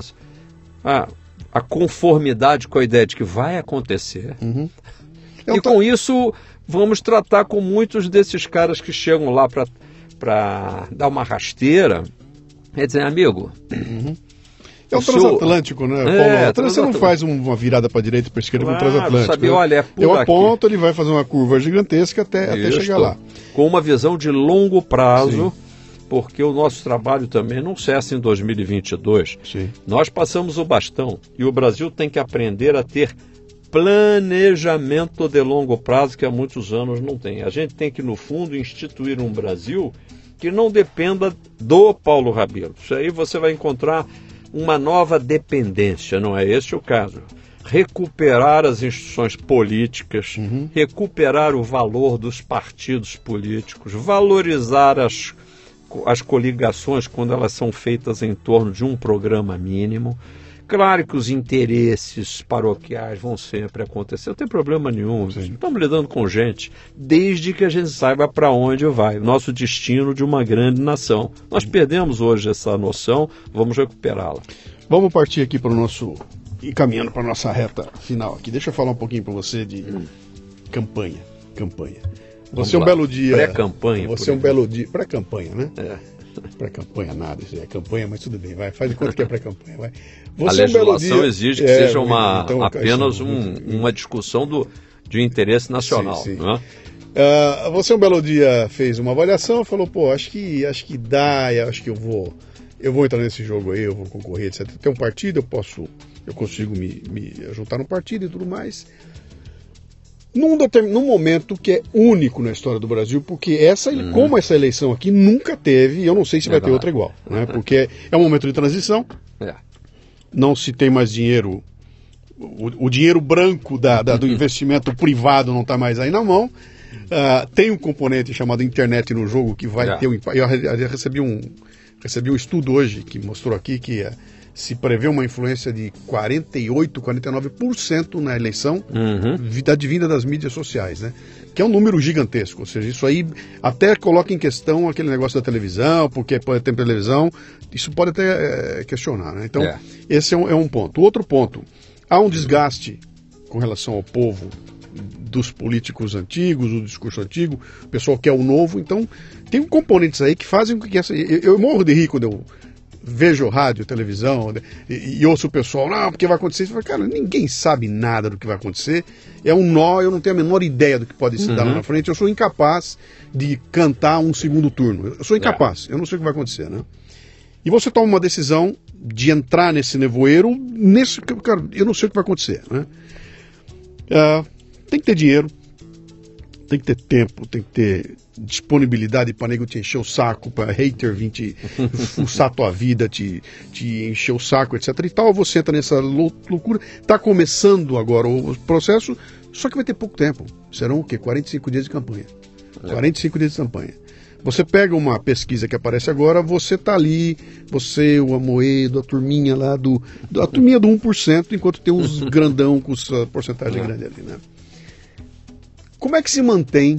a conformidade com a ideia de que vai acontecer. E com isso vamos tratar com muitos desses caras que chegam lá para dar uma rasteira. Quer dizer, amigo... É o transatlântico, né, Paulo? Você não faz uma virada para a direita e para a esquerda com o transatlântico. Sabe, olha, eu aponto, ele vai fazer uma curva gigantesca até chegar lá. Com uma visão de longo prazo, porque o nosso trabalho também não cessa em 2022. Sim. Nós passamos o bastão e o Brasil tem que aprender a ter planejamento de longo prazo que há muitos anos não tem. A gente tem que, no fundo, instituir um Brasil que não dependa do Paulo Rabelo. Isso aí você vai encontrar uma nova dependência, não é esse o caso. recuperar as instituições políticas, recuperar o valor dos partidos políticos, valorizar as coligações quando elas são feitas em torno de um programa mínimo. Claro que os interesses paroquiais vão sempre acontecer, não tem problema nenhum. Estamos lidando com gente, desde que a gente saiba para onde vai, o nosso destino de uma grande nação. Nós perdemos hoje essa noção, vamos recuperá-la. Vamos partir aqui para o nosso... e caminhando para a nossa reta final aqui. Deixa eu falar um pouquinho para você de campanha. Você é um belo dia... Pré-campanha. Você é um belo dia... Pré-campanha, né? Pré-campanha nada, isso é campanha, mas tudo bem, vai, faz de conta que é pré-campanha, vai. Você a legislação exige que seja apenas uma discussão de interesse nacional. Sim. Não é? Você um belo dia fez uma avaliação, falou, pô, acho que dá, acho que eu vou entrar nesse jogo aí, eu vou concorrer, etc. Tem um partido, eu consigo me juntar no partido e tudo mais. Num momento que é único na história do Brasil, porque como essa eleição aqui nunca teve, e eu não sei se vai ter outra igual, né? Porque é um momento de transição, não se tem mais dinheiro, o dinheiro branco do investimento privado não está mais aí na mão, tem um componente chamado internet no jogo que vai ter um impacto. Eu recebi um estudo hoje que mostrou aqui que se prevê uma influência de 48%, 49% na eleição da advinda das mídias sociais, né? Que é um número gigantesco, ou seja, isso aí até coloca em questão aquele negócio da televisão, porque pode ter televisão, isso pode até questionar, né? Então, esse é um ponto. O outro ponto, há um desgaste com relação ao povo dos políticos antigos, o discurso antigo, o pessoal quer o novo, então tem componentes aí que fazem com que eu morro de rir quando eu vejo rádio, televisão e ouço o pessoal, não, porque vai acontecer. Eu falo, cara, ninguém sabe nada do que vai acontecer, é um nó, eu não tenho a menor ideia do que pode se dar lá na frente, eu sou incapaz de cantar um segundo turno, eu sou incapaz, eu não sei o que vai acontecer, né? E você toma uma decisão de entrar nesse nevoeiro, cara, eu não sei o que vai acontecer, né? Tem que ter dinheiro, tem que ter tempo, tem que ter disponibilidade para nego te encher o saco, para hater vir te fuçar tua vida, te encher o saco, etc e tal. Você entra nessa loucura, está começando agora o processo, só que vai ter pouco tempo. Serão o quê? 45 dias de campanha. 45 dias de campanha. Você pega uma pesquisa que aparece agora, você tá ali, você, o Amoedo, a turminha lá a turminha do 1%, enquanto tem uns grandão com essa porcentagem grande ali, né? Como é que se mantém...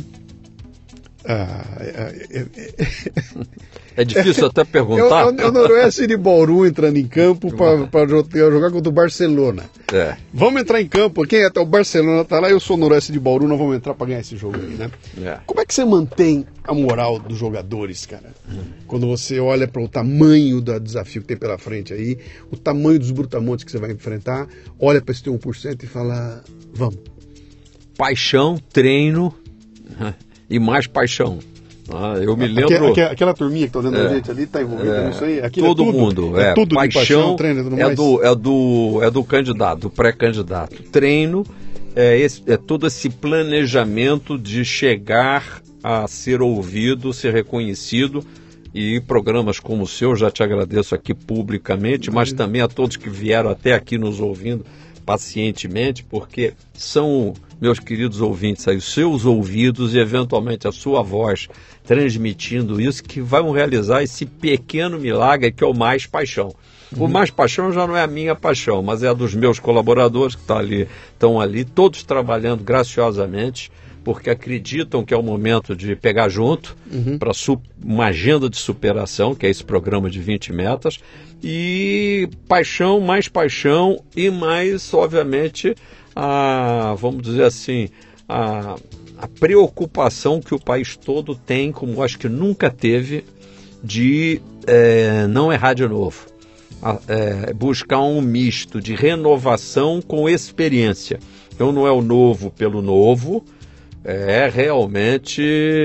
É difícil até perguntar. É o Noroeste de Bauru entrando em campo para jogar contra o Barcelona. Vamos entrar em campo. Quem o Barcelona está lá, eu sou o Noroeste de Bauru, nós vamos entrar para ganhar esse jogo aí, né? Como é que você mantém a moral dos jogadores, cara? Quando você olha para o tamanho do desafio que tem pela frente aí, o tamanho dos brutamontes que você vai enfrentar, olha para esse teu 1% e fala, vamos. Paixão, treino e mais paixão. Eu me lembro... Aquela turminha que está dando a gente ali, está envolvida nisso aí? Todo mundo. Tudo paixão, de paixão, treino e tudo mais? É do candidato, do pré-candidato. Treino é todo esse planejamento de chegar a ser ouvido, ser reconhecido, e programas como o seu, já te agradeço aqui publicamente, mas também a todos que vieram até aqui nos ouvindo pacientemente, porque são, meus queridos ouvintes, aí, os seus ouvidos e eventualmente a sua voz transmitindo isso que vão realizar esse pequeno milagre que é o Mais Paixão. O Mais Paixão já não é a minha paixão, mas é a dos meus colaboradores que estão ali, todos trabalhando graciosamente, porque acreditam que é o momento de pegar junto para uma agenda de superação, que é esse programa de 20 metas, e paixão e mais, obviamente, vamos dizer assim, a preocupação que o país todo tem, como acho que nunca teve, de não errar de novo. Buscar um misto de renovação com experiência. Então não é o novo pelo novo, é realmente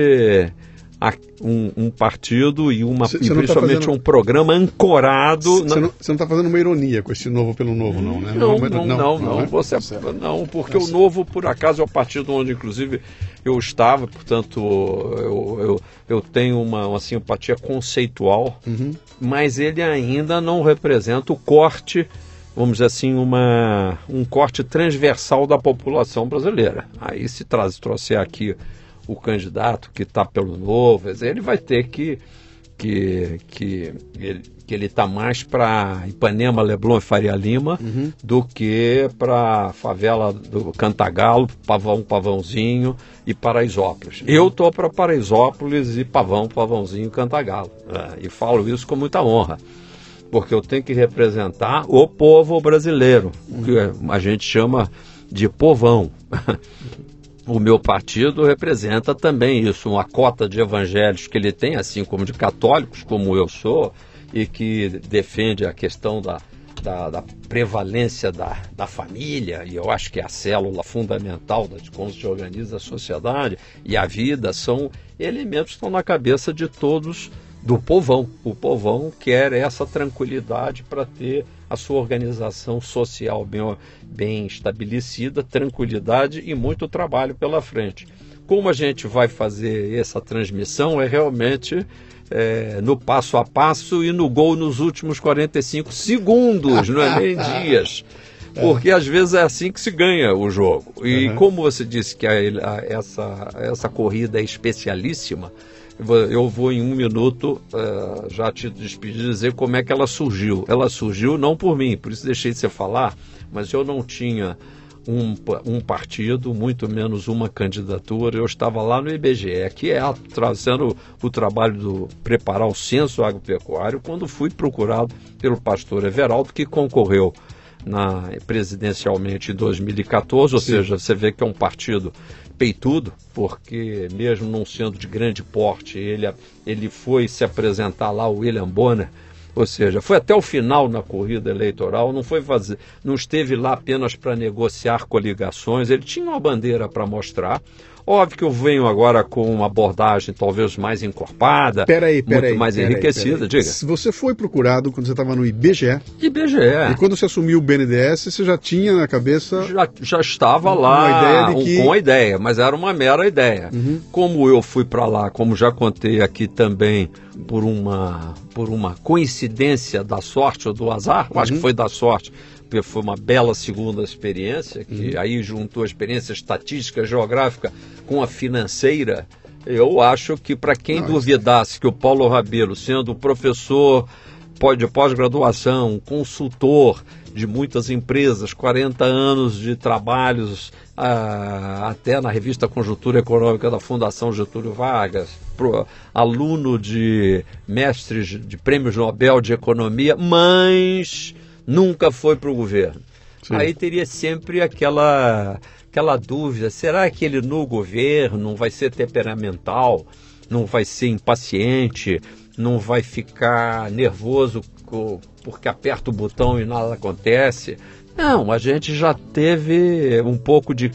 um partido e principalmente um programa ancorado... Você não está fazendo uma ironia com esse novo pelo novo, não, né? Não, porque o novo, por acaso, é o partido onde, inclusive, eu estava, portanto, eu tenho uma simpatia conceitual, mas ele ainda não representa o corte vamos dizer assim, um corte transversal da população brasileira. Aí se trouxer aqui o candidato que está pelo Novo, ele vai ter que ele está mais para Ipanema, Leblon e Faria Lima do que para a favela do Cantagalo, Pavãozinho e Paraisópolis. Eu estou para Paraisópolis e Pavãozinho e Cantagalo. E falo isso com muita honra, porque eu tenho que representar o povo brasileiro, que a gente chama de povão. O meu partido representa também isso, uma cota de evangélicos que ele tem, assim como de católicos, como eu sou, e que defende a questão da prevalência da família, e eu acho que é a célula fundamental de como se organiza a sociedade e a vida, são elementos que estão na cabeça de todos do povão. O povão quer essa tranquilidade para ter a sua organização social bem estabelecida, tranquilidade e muito trabalho pela frente. Como a gente vai fazer essa transmissão é realmente no passo a passo e no gol nos últimos 45 segundos, não é nem dias. Porque às vezes é assim que se ganha o jogo. E como você disse que essa corrida é especialíssima, eu vou em 1 minuto já te despedir, dizer como é que ela surgiu. Ela surgiu não por mim, por isso deixei de você falar, mas eu não tinha um partido, muito menos uma candidatura. Eu estava lá no IBGE, que trazendo o trabalho do preparar o censo agropecuário, quando fui procurado pelo pastor Everaldo, que concorreu presidencialmente em 2014, ou seja, você vê que é um partido peitudo, porque mesmo não sendo de grande porte, ele foi se apresentar lá, o William Bonner, ou seja, foi até o final na corrida eleitoral, não esteve lá apenas para negociar coligações, ele tinha uma bandeira para mostrar. Óbvio que eu venho agora com uma abordagem talvez mais encorpada, muito mais enriquecida. Diga. Você foi procurado quando você estava no IBGE. IBGE. E quando você assumiu o BNDES, você já tinha na cabeça... Já estava lá com a ideia, mas era uma mera ideia. Como eu fui para lá, como já contei aqui também, por uma coincidência da sorte ou do azar, acho que foi da sorte, porque foi uma bela segunda experiência, que aí juntou a experiência estatística, geográfica com a financeira. Eu acho que para quem duvidasse que o Paulo Rabelo, sendo professor de pós-graduação, consultor de muitas empresas, 40 anos de trabalhos, até na revista Conjuntura Econômica da Fundação Getúlio Vargas, aluno de mestres de prêmios Nobel de Economia, mas nunca foi para o governo. Sim. Aí teria sempre aquela dúvida, será que ele no governo não vai ser temperamental, não vai ser impaciente, não vai ficar nervoso porque aperta o botão e nada acontece? Não, a gente já teve um pouco de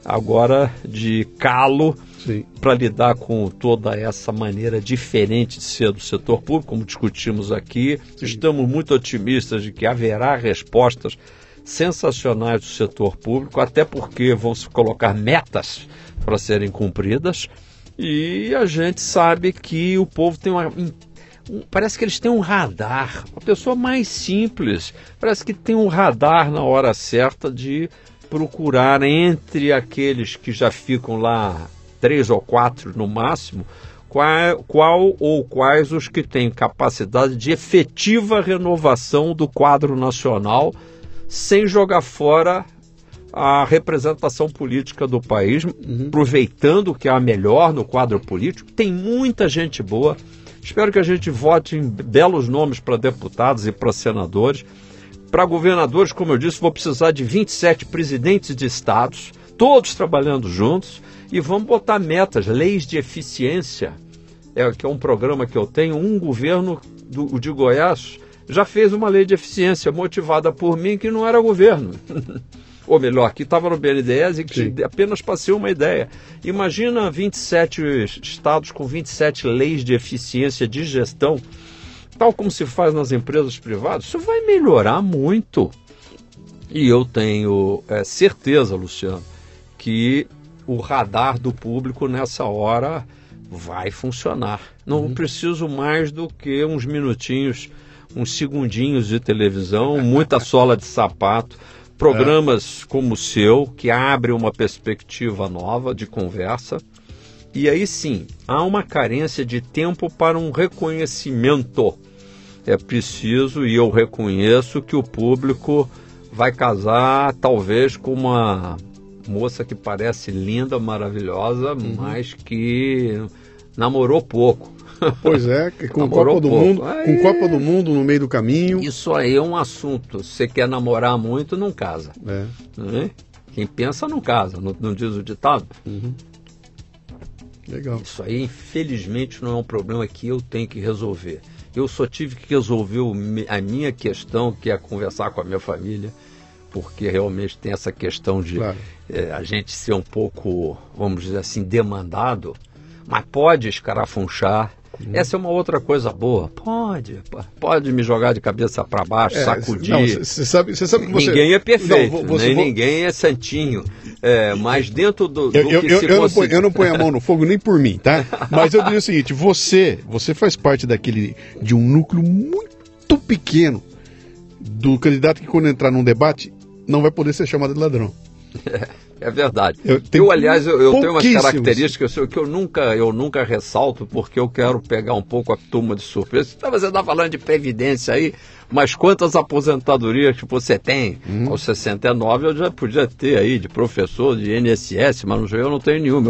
calo para lidar com toda essa maneira diferente de ser do setor público, como discutimos aqui. Sim. Estamos muito otimistas de que haverá respostas sensacionais do setor público, até porque vão se colocar metas para serem cumpridas, e a gente sabe que o povo tem parece que eles têm um radar, uma pessoa mais simples, parece que tem um radar na hora certa de procurar entre aqueles que já ficam lá 3 ou 4 no máximo, qual ou quais os que têm capacidade de efetiva renovação do quadro nacional sem jogar fora a representação política do país, aproveitando o que há melhor no quadro político. Tem muita gente boa. Espero que a gente vote em belos nomes para deputados e para senadores. Para governadores, como eu disse, vou precisar de 27 presidentes de estados, todos trabalhando juntos, e vamos botar metas, leis de eficiência, que é um programa que eu tenho. Um governo de Goiás já fez uma lei de eficiência motivada por mim, que não era governo. Ou melhor, que estava no BNDES e que apenas passei uma ideia. Imagina 27 estados com 27 leis de eficiência de gestão, tal como se faz nas empresas privadas. Isso vai melhorar muito. E eu tenho certeza, Luciano, que o radar do público nessa hora vai funcionar. Não preciso mais do que uns minutinhos uns segundinhos de televisão, muita sola de sapato, programas como o seu, que abrem uma perspectiva nova de conversa. E aí sim, há uma carência de tempo para um reconhecimento. É preciso, e eu reconheço, que o público vai casar talvez com uma moça que parece linda, maravilhosa, mas que namorou pouco. Pois é, com Copa do Mundo, com Copa do Mundo no meio do caminho. Isso aí é um assunto. Se você quer namorar muito, não casa. Né? Quem pensa não casa, não diz o ditado? Legal. Isso aí, infelizmente, não é um problema que eu tenho que resolver. Eu só tive que resolver a minha questão, que é conversar com a minha família, porque realmente tem essa questão de a gente ser um pouco, vamos dizer assim, demandado, mas pode escarafunchar. Essa é uma outra coisa boa. Pode me jogar de cabeça para baixo, sacudir. Não, você sabe que você... Ninguém é perfeito, ninguém é santinho. Mas dentro do que eu não ponho a mão no fogo nem por mim, tá? Mas eu digo o seguinte, você faz parte de um núcleo muito pequeno do candidato que, quando entrar num debate, não vai poder ser chamado de ladrão. É verdade. Aliás, eu tenho umas características que eu nunca ressalto, porque eu quero pegar um pouco a turma de surpresa. Você está falando de previdência aí, mas quantas aposentadorias que você tem? Aos 69 eu já podia ter aí, de professor, de INSS, mas eu não tenho nenhuma. Eu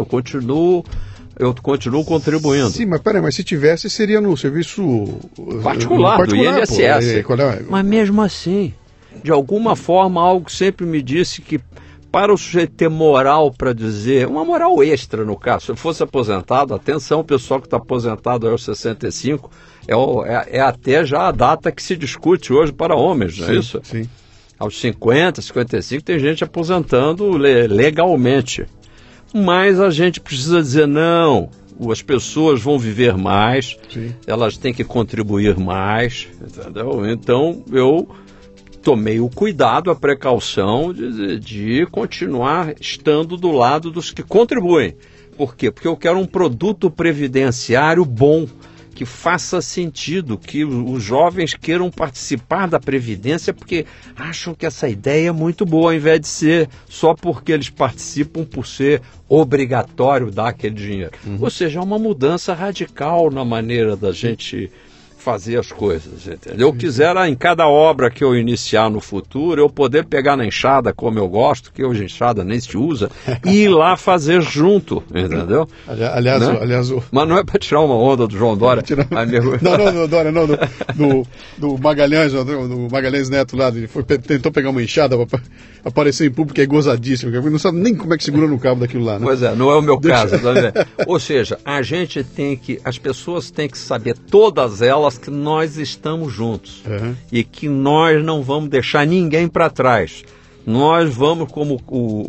continuo contribuindo. Sim, mas se tivesse, seria no serviço particular do INSS. Mas mesmo assim, de alguma forma, algo sempre me disse que para o sujeito ter moral para dizer, uma moral extra no caso, se eu fosse aposentado, atenção, o pessoal que está aposentado aos 65, é até já a data que se discute hoje para homens, não é isso? Sim. Aos 50, 55 tem gente aposentando legalmente. Mas a gente precisa dizer, não, as pessoas vão viver mais, elas têm que contribuir mais, entendeu? Então eu tomei o cuidado, a precaução de continuar estando do lado dos que contribuem. Por quê? Porque eu quero um produto previdenciário bom, que faça sentido, que os jovens queiram participar da Previdência porque acham que essa ideia é muito boa, ao invés de ser só porque eles participam por ser obrigatório dar aquele dinheiro. Ou seja, é uma mudança radical na maneira da gente fazer as coisas, entendeu? Eu quisera, em cada obra que eu iniciar no futuro, eu poder pegar na enxada como eu gosto, que hoje enxada nem se usa, e ir lá fazer junto, entendeu? Aliás, mas não é para tirar uma onda do João Dória. Não, Dória, não, do Magalhães, do Magalhães Neto lá, ele tentou pegar uma enxada para aparecer em público, é gozadíssimo, não sabe nem como é que segura no cabo daquilo lá, né? Pois é, não é o meu caso, tá vendo? Ou seja, as pessoas têm que saber, todas elas, que nós estamos juntos e que nós não vamos deixar ninguém para trás. Nós vamos como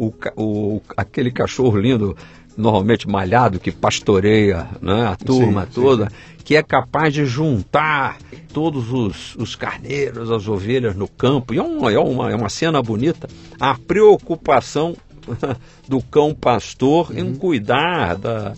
aquele cachorro lindo, normalmente malhado, que pastoreia, né, a turma toda, que é capaz de juntar todos os carneiros, as ovelhas no campo. E é uma cena bonita. A preocupação do cão pastor em cuidar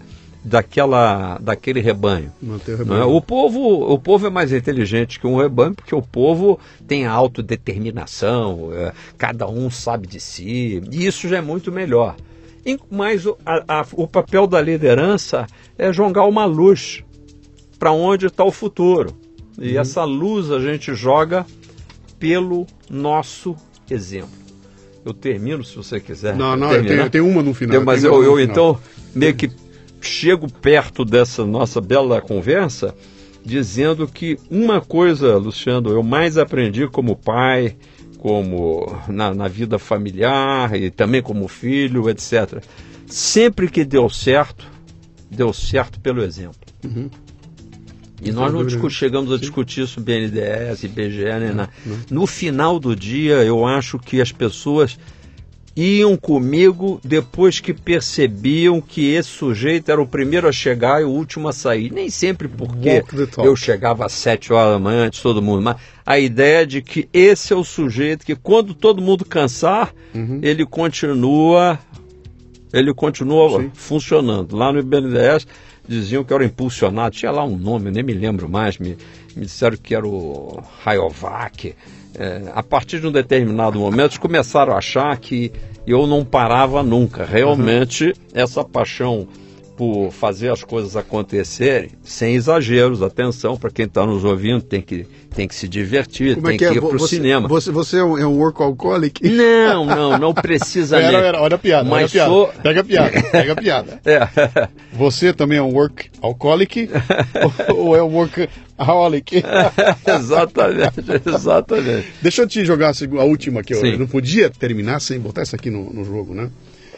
daquele rebanho. Não é? O povo é mais inteligente que um rebanho, porque o povo tem a autodeterminação, cada um sabe de si, e isso já é muito melhor. Mas o papel da liderança é jogar uma luz para onde está o futuro. E essa luz a gente joga pelo nosso exemplo. Eu termino, se você quiser. Eu tenho uma no final. Mas eu então, meio que chego perto dessa nossa bela conversa, dizendo que uma coisa, Luciano, eu mais aprendi como pai, como na vida familiar e também como filho, etc. Sempre que deu certo pelo exemplo. E nós não chegamos a discutir isso, BNDES, IBGE, né? No final do dia, eu acho que as pessoas iam comigo depois que percebiam que esse sujeito era o primeiro a chegar e o último a sair. Nem sempre porque eu chegava às 7 horas da manhã antes de todo mundo, mas a ideia de que esse é o sujeito que, quando todo mundo cansar, ele continua funcionando. Lá no BNDES diziam que eu era impulsionado, tinha lá um nome, eu nem me lembro mais, me disseram que era o Rayovac. A partir de um determinado momento, eles começaram a achar que eu não parava nunca. Realmente, essa paixão por fazer as coisas acontecerem, sem exageros, atenção, para quem está nos ouvindo, tem que se divertir, tem que ir para o cinema. Você é um workaholic? Não precisa nem. Olha a piada, mas pega a piada. Você também é um workaholic ou é um workaholic? Exatamente. Deixa eu te jogar a última aqui. Eu não podia terminar sem botar isso aqui no jogo, né?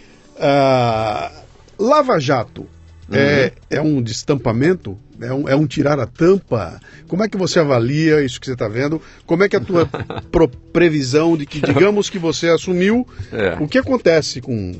Lava Jato é um destampamento? É um tirar a tampa? Como é que você avalia isso que você está vendo? Como é que é a tua previsão de que, digamos que você assumiu, o que acontece com...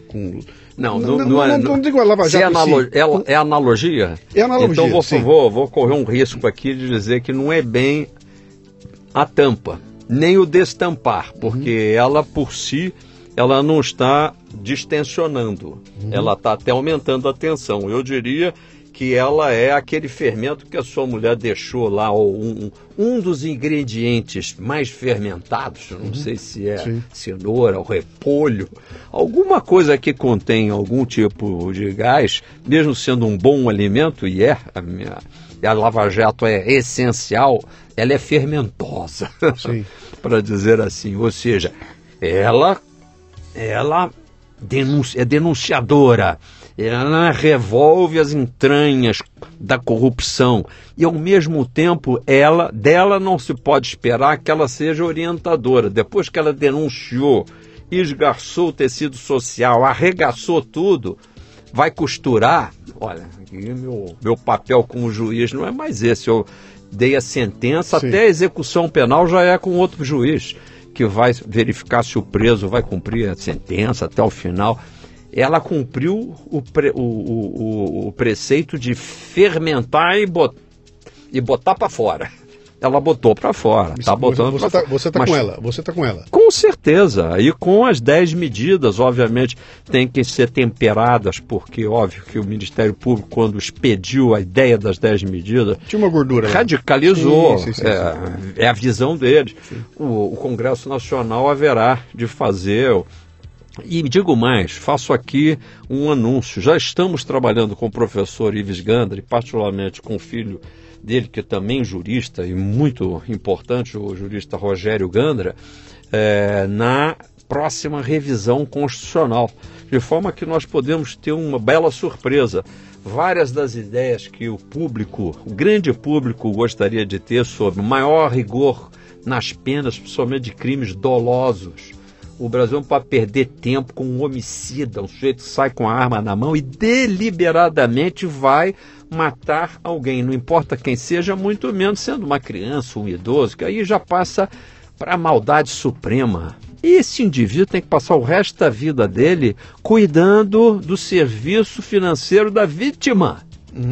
Não digo a Lava Jato é analogia? É analogia, então vou correr um risco aqui de dizer que não é bem a tampa, nem o destampar, porque ela por si... ela não está distensionando, ela está até aumentando a tensão. Eu diria que ela é aquele fermento que a sua mulher deixou lá, ou um dos ingredientes mais fermentados, não sei se é cenoura, ou repolho, alguma coisa que contém algum tipo de gás, mesmo sendo um bom alimento, e a Lava Jato é essencial, ela é fermentosa, para dizer assim, ou seja, ela é denunciadora, ela revolve as entranhas da corrupção e, ao mesmo tempo, dela não se pode esperar que ela seja orientadora. Depois que ela denunciou, esgarçou o tecido social, arregaçou tudo, vai costurar. Olha, meu papel como juiz não é mais esse. Eu dei a sentença, até a execução penal já é com outro juiz, que vai verificar se o preso vai cumprir a sentença até o final. Ela cumpriu o preceito de fermentar e botar para fora. Ela botou para fora. Está botando para fora. Você está com ela? Com certeza. E com as 10 medidas, obviamente, tem que ser temperadas, porque, óbvio, que o Ministério Público, quando expediu a ideia das 10 medidas, tinha uma gordura radicalizou. Sim. É a visão deles. O Congresso Nacional haverá de fazer. E digo mais, faço aqui um anúncio. Já estamos trabalhando com o professor Ives Gandra, e particularmente com o filho dele, que é também jurista e muito importante, o jurista Rogério Gandra, na próxima revisão constitucional, de forma que nós podemos ter uma bela surpresa. Várias das ideias que o grande público gostaria de ter sobre maior rigor nas penas, principalmente de crimes dolosos. O Brasil não pode perder tempo com um homicida, um sujeito que sai com a arma na mão e deliberadamente vai matar alguém, não importa quem seja, muito menos sendo uma criança, um idoso, que aí já passa para a maldade suprema. E esse indivíduo tem que passar o resto da vida dele cuidando do serviço financeiro da vítima.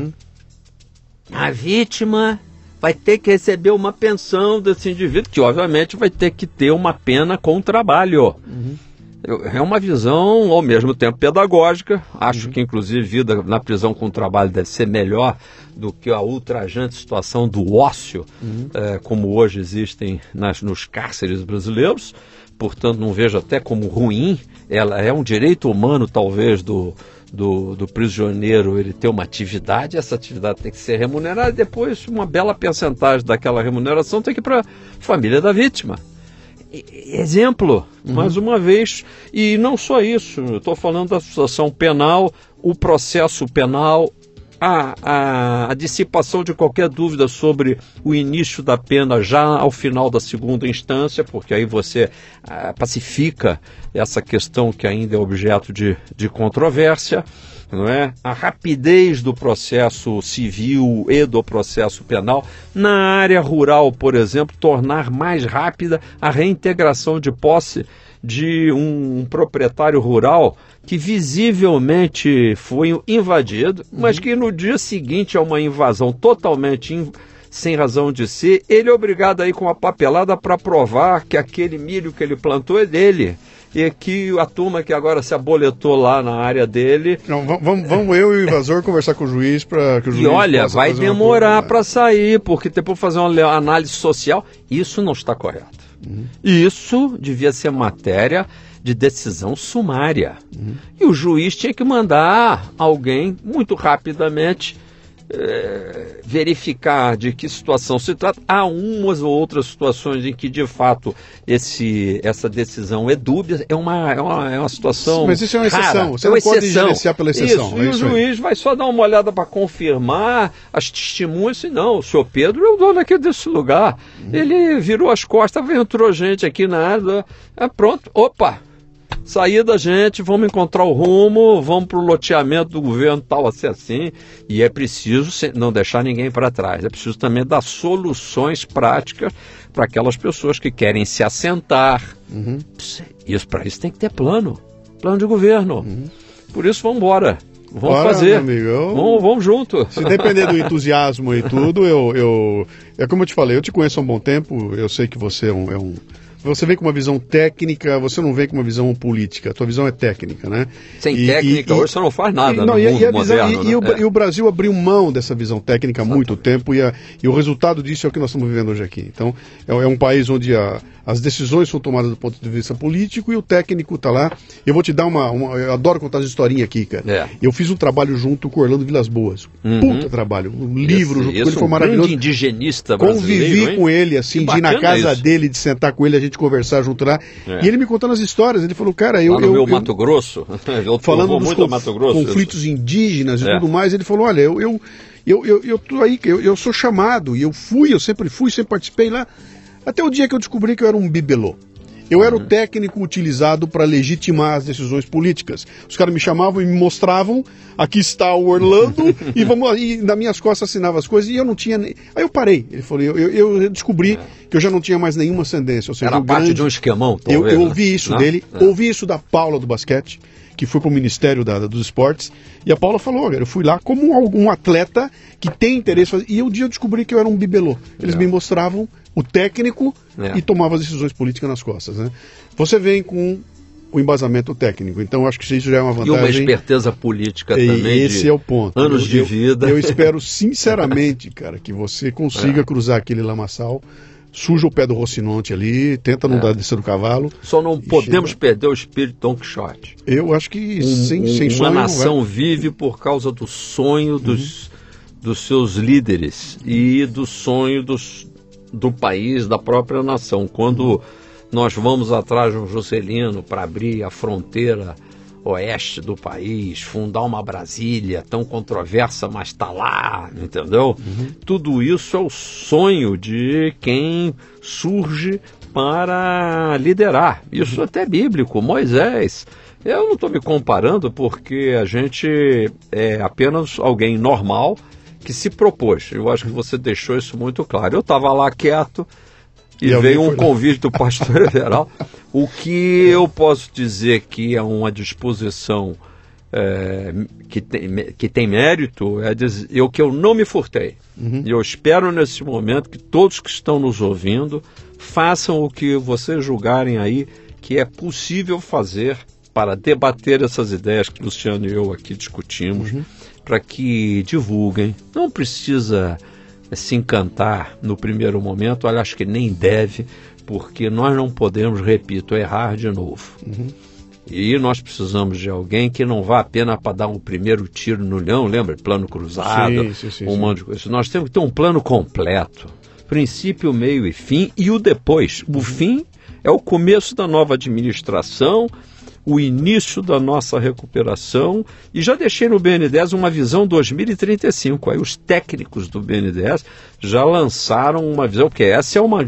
A vítima vai ter que receber uma pensão desse indivíduo, que obviamente vai ter que ter uma pena com trabalho. É uma visão, ao mesmo tempo, pedagógica. Acho que, inclusive, vida na prisão com trabalho deve ser melhor do que a ultrajante situação do ócio, como hoje existem nos cárceres brasileiros. Portanto, não vejo até como ruim. Ela é um direito humano, talvez, do prisioneiro ele ter uma atividade, essa atividade tem que ser remunerada, e depois uma bela percentagem daquela remuneração tem que ir para a família da vítima. Exemplo, mais uma vez, e não só isso, eu estou falando da situação penal, o processo penal, a dissipação de qualquer dúvida sobre o início da pena já ao final da segunda instância, porque aí você pacifica essa questão que ainda é objeto de controvérsia, não é? A rapidez do processo civil e do processo penal. Na área rural, por exemplo, tornar mais rápida a reintegração de posse de um proprietário rural que visivelmente foi invadido, mas que no dia seguinte a uma invasão totalmente sem razão de ser, ele é obrigado a ir com a papelada para provar que aquele milho que ele plantou é dele. e que a turma que agora se aboletou lá na área dele... Não, vamos eu e o invasor conversar com o juiz para que o juiz... E olha, vai demorar para sair, porque depois fazer uma análise social, isso não está correto. Isso devia ser matéria de decisão sumária. E o juiz tinha que mandar alguém muito rapidamente verificar de que situação se trata. Há umas ou outras situações em que, de fato, essa decisão é dúbia, é uma situação. Mas isso é uma exceção. Rara, você não pode gerenciar pela exceção. Isso, e o juiz vai só dar uma olhada para confirmar as testemunhas. E não, o senhor Pedro é o dono aqui desse lugar. Ele virou as costas, entrou gente aqui na área. Pronto, opa! Sair da gente, vamos encontrar o rumo, vamos para o loteamento do governo tal, assim. E é preciso não deixar ninguém para trás. É preciso também dar soluções práticas para aquelas pessoas que querem se assentar. Para isso tem que ter plano de governo. Por isso, vamos embora. Vamos fazer. Vamos junto. Se depender do entusiasmo e tudo, é como eu te falei, eu te conheço há um bom tempo, eu sei que você você vem com uma visão técnica, você não vem com uma visão política. A tua visão é técnica, né? Sem técnica, hoje você não faz nada no mundo moderno. E o Brasil abriu mão dessa visão técnica há muito tempo e o resultado disso é o que nós estamos vivendo hoje aqui. Então, é um país onde as decisões são tomadas do ponto de vista político e o técnico está lá. Eu vou te dar eu adoro contar as historinhas aqui, cara. Eu fiz um trabalho junto com o Orlando Vilas Boas. Puta trabalho. Um livro junto com ele, foi maravilhoso. Grande indigenista brasileiro. Convivi com ele, assim, de ir na casa dele, de sentar com ele, a gente conversar junto lá. E ele me contando as histórias. Ele falou, cara, Mato Grosso, falando dos conflitos indígenas e tudo mais, ele falou, olha, eu tô aí, eu sou chamado, e eu sempre fui, sempre participei lá, até o dia que eu descobri que eu era um bibelô. Eu era o técnico utilizado para legitimar as decisões políticas. Os caras me chamavam e me mostravam, aqui está o Orlando, e nas minhas costas assinava as coisas, e eu não tinha nem... Aí eu parei. Ele falou, eu descobri que eu já não tinha mais nenhuma ascendência. Ou seja, era parte de um esquemão, talvez. Eu ouvi isso dele, ouvi isso da Paula do basquete, que foi para o Ministério dos Esportes, e a Paula falou, eu fui lá como um atleta que tem interesse, e um dia eu descobri que eu era um bibelô. Eles me mostravam o técnico e tomava as decisões políticas nas costas, né? Você vem com o embasamento técnico, então acho que isso já é uma vantagem. E uma esperteza política também. Esse é o ponto. Anos de vida. Eu espero sinceramente, cara, que você consiga cruzar aquele lamaçal, suja o pé do Rocinante ali, tenta não dar descer do cavalo. Só não podemos perder o espírito de Don Quixote. Eu acho que sem sonho. Uma nação vive por causa do sonho dos seus líderes e do sonho do país, da própria nação. Quando nós vamos atrás de um Juscelino para abrir a fronteira oeste do país, fundar uma Brasília tão controversa, mas está lá, entendeu? Tudo isso é o sonho de quem surge para liderar. Isso até é bíblico. Moisés, eu não estou me comparando porque a gente é apenas alguém normal que se propôs. Eu acho que você deixou isso muito claro. Eu estava lá quieto e veio um convite do pastor Everal. O que eu posso dizer que é uma disposição que tem mérito é dizer que eu não me furtei. E eu espero nesse momento que todos que estão nos ouvindo façam o que vocês julgarem aí que é possível fazer para debater essas ideias que o Luciano e eu aqui discutimos, para que divulguem. Não precisa se encantar no primeiro momento, eu acho que nem deve, porque nós não podemos, repito, errar de novo. E nós precisamos de alguém que não vá apenas para dar um primeiro tiro no leão, lembra? Plano cruzado, sim, monte de coisa. Nós temos que ter um plano completo, princípio, meio e fim, e o depois. O fim é o começo da nova administração, o início da nossa recuperação, e já deixei no BNDES uma visão 2035. Aí os técnicos do BNDES já lançaram uma visão, porque essa é uma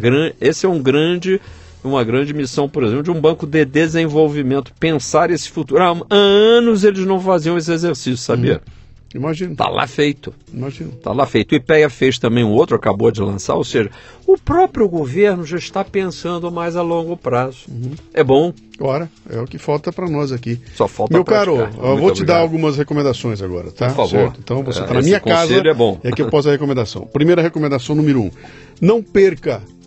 grande missão, por exemplo, de um banco de desenvolvimento, pensar esse futuro. Há anos eles não faziam esse exercício, sabia? Imagino. Está lá feito. Imagino. Está lá feito. O IPEA fez também um outro, acabou de lançar, ou seja, o próprio governo já está pensando mais a longo prazo. É bom. Ora, é o que falta para nós aqui. Só falta Meu caro, eu vou te obrigado. dar algumas recomendações agora, tá? Por favor. Certo? Então você está na minha casa, é bom. É que eu posso dar a recomendação. Primeira recomendação, número 1. Não perca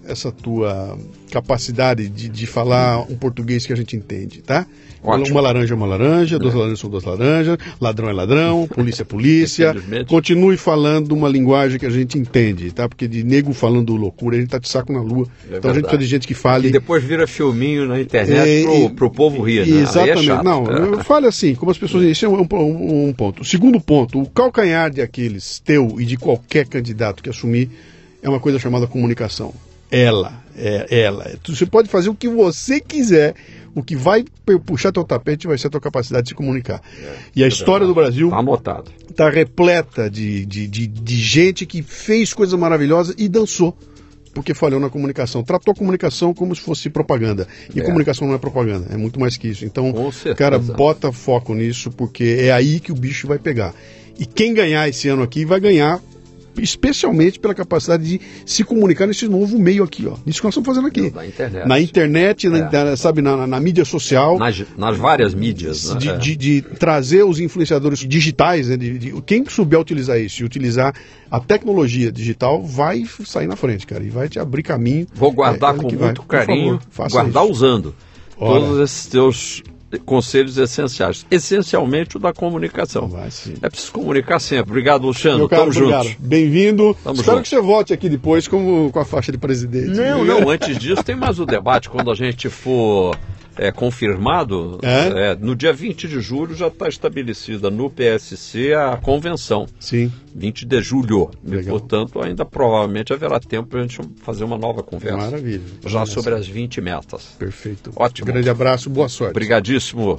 essa tua capacidade de falar um português que a gente entende, tá? Ótimo. Uma laranja é uma laranja, duas laranjas são duas laranjas, ladrão é ladrão, polícia é polícia. Continue falando uma linguagem que a gente entende, tá? Porque de nego falando loucura, a gente tá de saco na lua. Então a gente precisa de gente que fale... E depois vira filminho na internet pro povo rir, né? Exatamente. Aí é chato. Fale assim, como as pessoas... Esse é um ponto. O segundo ponto, o calcanhar de Aquiles teu e de qualquer candidato que assumir é uma coisa chamada comunicação. Ela. Você pode fazer o que você quiser, o que vai puxar teu tapete vai ser a tua capacidade de se comunicar. E a história do Brasil está repleta de gente que fez coisa maravilhosa e dançou, porque falhou na comunicação. Tratou a comunicação como se fosse propaganda. E a comunicação não é propaganda, é muito mais que isso. Então, cara, bota foco nisso, porque é aí que o bicho vai pegar. E quem ganhar esse ano aqui vai ganhar especialmente pela capacidade de se comunicar nesse novo meio aqui, ó. Isso que nós estamos fazendo aqui. Na internet, na mídia social. Nas várias mídias. De trazer os influenciadores digitais, né, quem souber utilizar isso e utilizar a tecnologia digital vai sair na frente, cara, e vai te abrir caminho. Vou guardar com muito carinho, guardar usando todos esses teus conselhos essenciais, essencialmente o da comunicação. É preciso comunicar sempre. Obrigado, Luciano. Tamo juntos. Bem-vindo. Espero que você volte aqui depois com a faixa de presidente. Não, antes disso tem mais o debate. Quando a gente for confirmado, no dia 20 de julho já está estabelecida no PSC a convenção. Sim. 20 de julho. Legal. Portanto, ainda provavelmente haverá tempo para a gente fazer uma nova conversa. Maravilha. Já sobre as 20 metas. Perfeito. Ótimo. Grande abraço, boa sorte. Obrigadíssimo.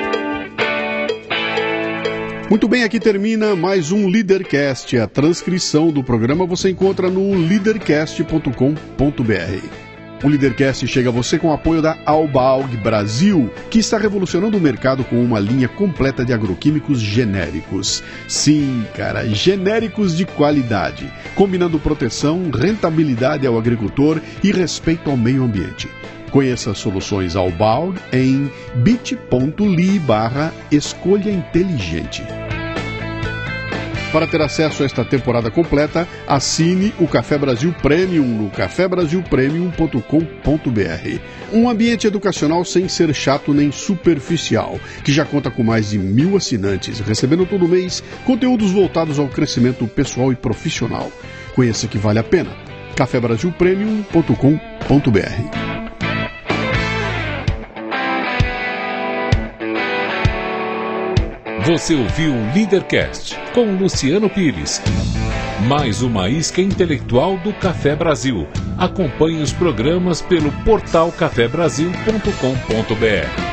Muito bem, aqui termina mais um Leadercast. A transcrição do programa você encontra no leadercast.com.br. O Leadercast chega a você com o apoio da Albaug Brasil, que está revolucionando o mercado com uma linha completa de agroquímicos genéricos. Sim, cara, genéricos de qualidade, combinando proteção, rentabilidade ao agricultor e respeito ao meio ambiente. Conheça as soluções Albaug em bit.ly/escolha inteligente. Para ter acesso a esta temporada completa, assine o Café Brasil Premium no cafebrasilpremium.com.br. Um ambiente educacional sem ser chato nem superficial, que já conta com mais de 1.000 assinantes, recebendo todo mês conteúdos voltados ao crescimento pessoal e profissional. Conheça que vale a pena. cafebrasilpremium.com.br. Você ouviu o Leadercast com Luciano Pires. Mais uma isca intelectual do Café Brasil. Acompanhe os programas pelo portal cafebrasil.com.br.